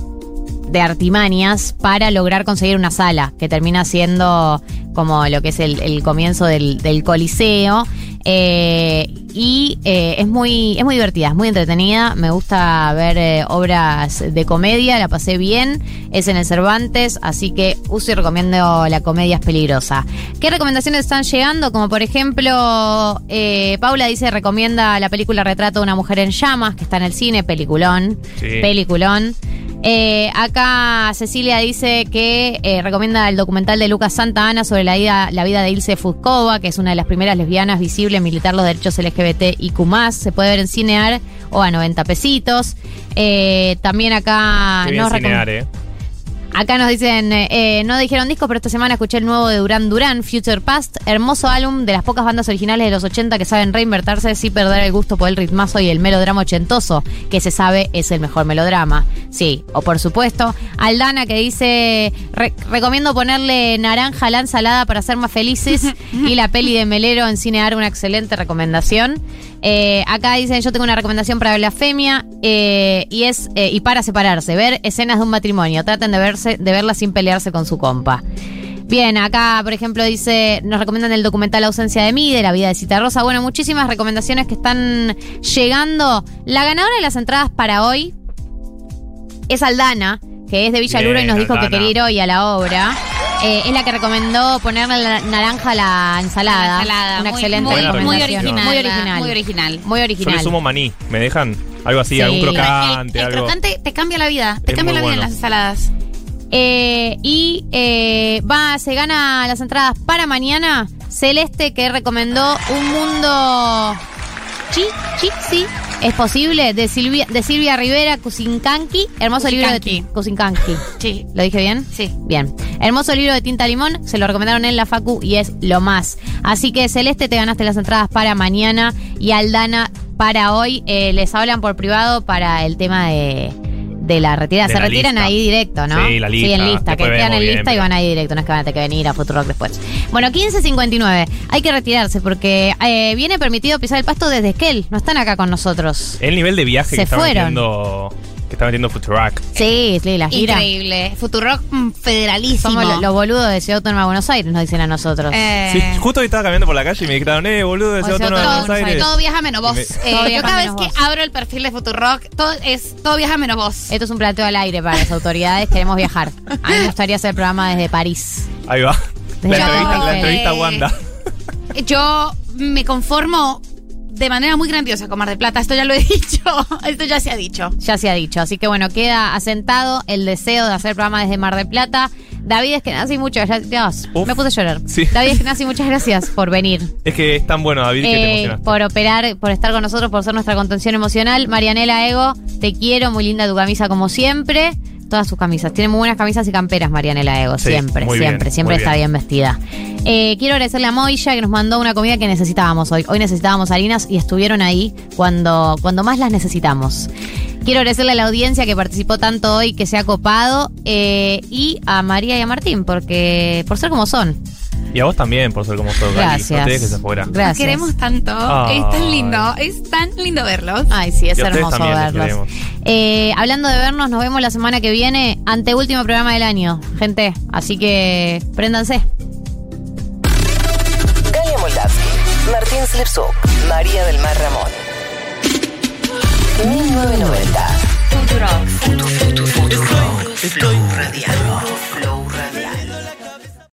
de artimañas para lograr conseguir una sala, que termina siendo como lo que es el, el comienzo del, del Coliseo. Eh, y eh, es muy es muy divertida, es muy entretenida. Me gusta ver eh, obras de comedia, la pasé bien. Es en el Cervantes, así que uso y recomiendo La Comedia es Peligrosa. ¿Qué recomendaciones están llegando? Como por ejemplo, eh, Paula dice, recomienda la película Retrato de una mujer en llamas, que está en el cine, peliculón. Sí. Peliculón. Eh, acá Cecilia dice que eh, recomienda el documental de Lucas Santa Ana sobre la vida, la vida de Ilse Fuscova, que es una de las primeras lesbianas visibles militar los derechos L G B T I Q más. Se puede ver en Cinear o a noventa pesitos. Eh, también acá Qué bien nos recom- cinear, eh. Acá nos dicen, eh, no dijeron disco, pero esta semana escuché el nuevo de Duran Duran, Future Past. Hermoso álbum de las pocas bandas originales de los ochenta que saben reinvertirse sin perder el gusto por el ritmazo y el melodrama ochentoso, que se sabe es el mejor melodrama. Sí, o por supuesto. Aldana que dice, "Re- recomiendo ponerle naranja a la ensalada para ser más felices y la peli de Melero en Cinear, una excelente recomendación. Eh, acá dicen, yo tengo una recomendación para Blasfemia eh, y es eh, y para separarse, ver escenas de un matrimonio. Traten de verse, de verla sin pelearse con su compa. Bien, acá por ejemplo dice, nos recomiendan el documental Ausencia de mí, de la vida de Cita Rosa. Bueno, muchísimas recomendaciones que están llegando. La ganadora de las entradas para hoy es Aldana, que es de Villa Bien, Luro y nos dijo Aldana. que quería ir hoy a la obra. Eh, es la que recomendó ponerle la naranja a la ensalada. La ensalada, Una muy- excelente muy, Buena muy recomendación. original. Muy original. Muy original. Muy Yo original. le sumo maní, ¿me dejan? Algo así, Sí. algún El, crocante, el algo. crocante te cambia la vida. Te Es cambia muy la vida en bueno. las ensaladas. Eh, y eh, va, se gana las entradas para mañana. Celeste, que recomendó Un Mundo Chi, Chi, sí, es posible, de Silvia, de Silvia Rivera, Cusincanqui. Hermoso libro de Cusincanqui. Cusincanqui. Sí. ¿Lo dije bien? Sí. Bien. Hermoso libro de Tinta Limón, se lo recomendaron en la Facu y es lo más. Así que Celeste, te ganaste las entradas para mañana y Aldana para hoy. Eh, les hablan por privado para el tema de, de la retirada. De Se la retiran lista. ahí directo, ¿no? Sí, la Sí, lista. en lista, que Después quedan vemos en bien, lista y pero- van ahí directo, no es que van a tener que venir a Futurock después. Bueno, quince cincuenta y nueve. Hay que retirarse porque eh, viene permitido pisar el pasto desde Esquel. No están acá con nosotros. El nivel de viaje Se que está fueron. metiendo, que está metiendo Futurock. Sí, sí, la gira. Increíble. Futurock mm, federalísimo. Somos lo- los boludos de Ciudad Autónoma de Buenos Aires, nos dicen a nosotros. Eh, Sí, justo hoy estaba caminando por la calle y me dijeron, eh, boludo, de O Ciudad sea, Autónoma de todo- Buenos Aires. todo viaja menos vos. Me- Eh, Todo yo viaja cada vez menos que vos. abro el perfil de Futurock, todo es todo viaja menos vos. Esto es un planteo al aire para las autoridades, queremos viajar. A mí me gustaría hacer el programa desde París. Ahí va. La Yo- entrevista, la eh, entrevista a Wanda. Yo me conformo de manera muy grandiosa con Mar del Plata. Esto ya lo he dicho. Esto ya se ha dicho. Ya se ha dicho. Así que bueno, queda asentado el deseo de hacer programa desde Mar del Plata. David Eskenazi, muchas gracias. Dios, Uf. me puse a llorar. Sí. David Eskenazi, muchas gracias por venir. Es que es tan bueno, David, que te Eh, emocionaste. por operar, por estar con nosotros, por ser nuestra contención emocional. Marianela Ego, te quiero, muy linda tu camisa como siempre. Todas sus camisas. Tiene muy buenas camisas y camperas, Marianela Ego. Sí, siempre, muy bien, siempre, siempre muy está bien. bien vestida. Eh, quiero agradecerle a Moya que nos mandó una comida que necesitábamos hoy. Hoy necesitábamos harinas y estuvieron ahí cuando, cuando más las necesitamos. Quiero agradecerle a la audiencia que participó tanto hoy, que se ha copado, eh, y a María y a Martín, porque por ser como son. Y a vos también, por ser como sos, Gali. Gracias. No te dejes afuera. Gracias. Los queremos tanto. Ay. Es tan lindo. Es tan lindo verlos. Ay, sí, es Y a ustedes hermoso también les verlos. queremos. Eh, hablando de vernos, nos vemos la semana que viene, anteúltimo programa del año, gente. Así que préndanse. Galia Moldavsky, Martín Slipsuk, María del Mar Ramón. mil novecientos noventa. Futuro. Futuro. Flow radial. Flow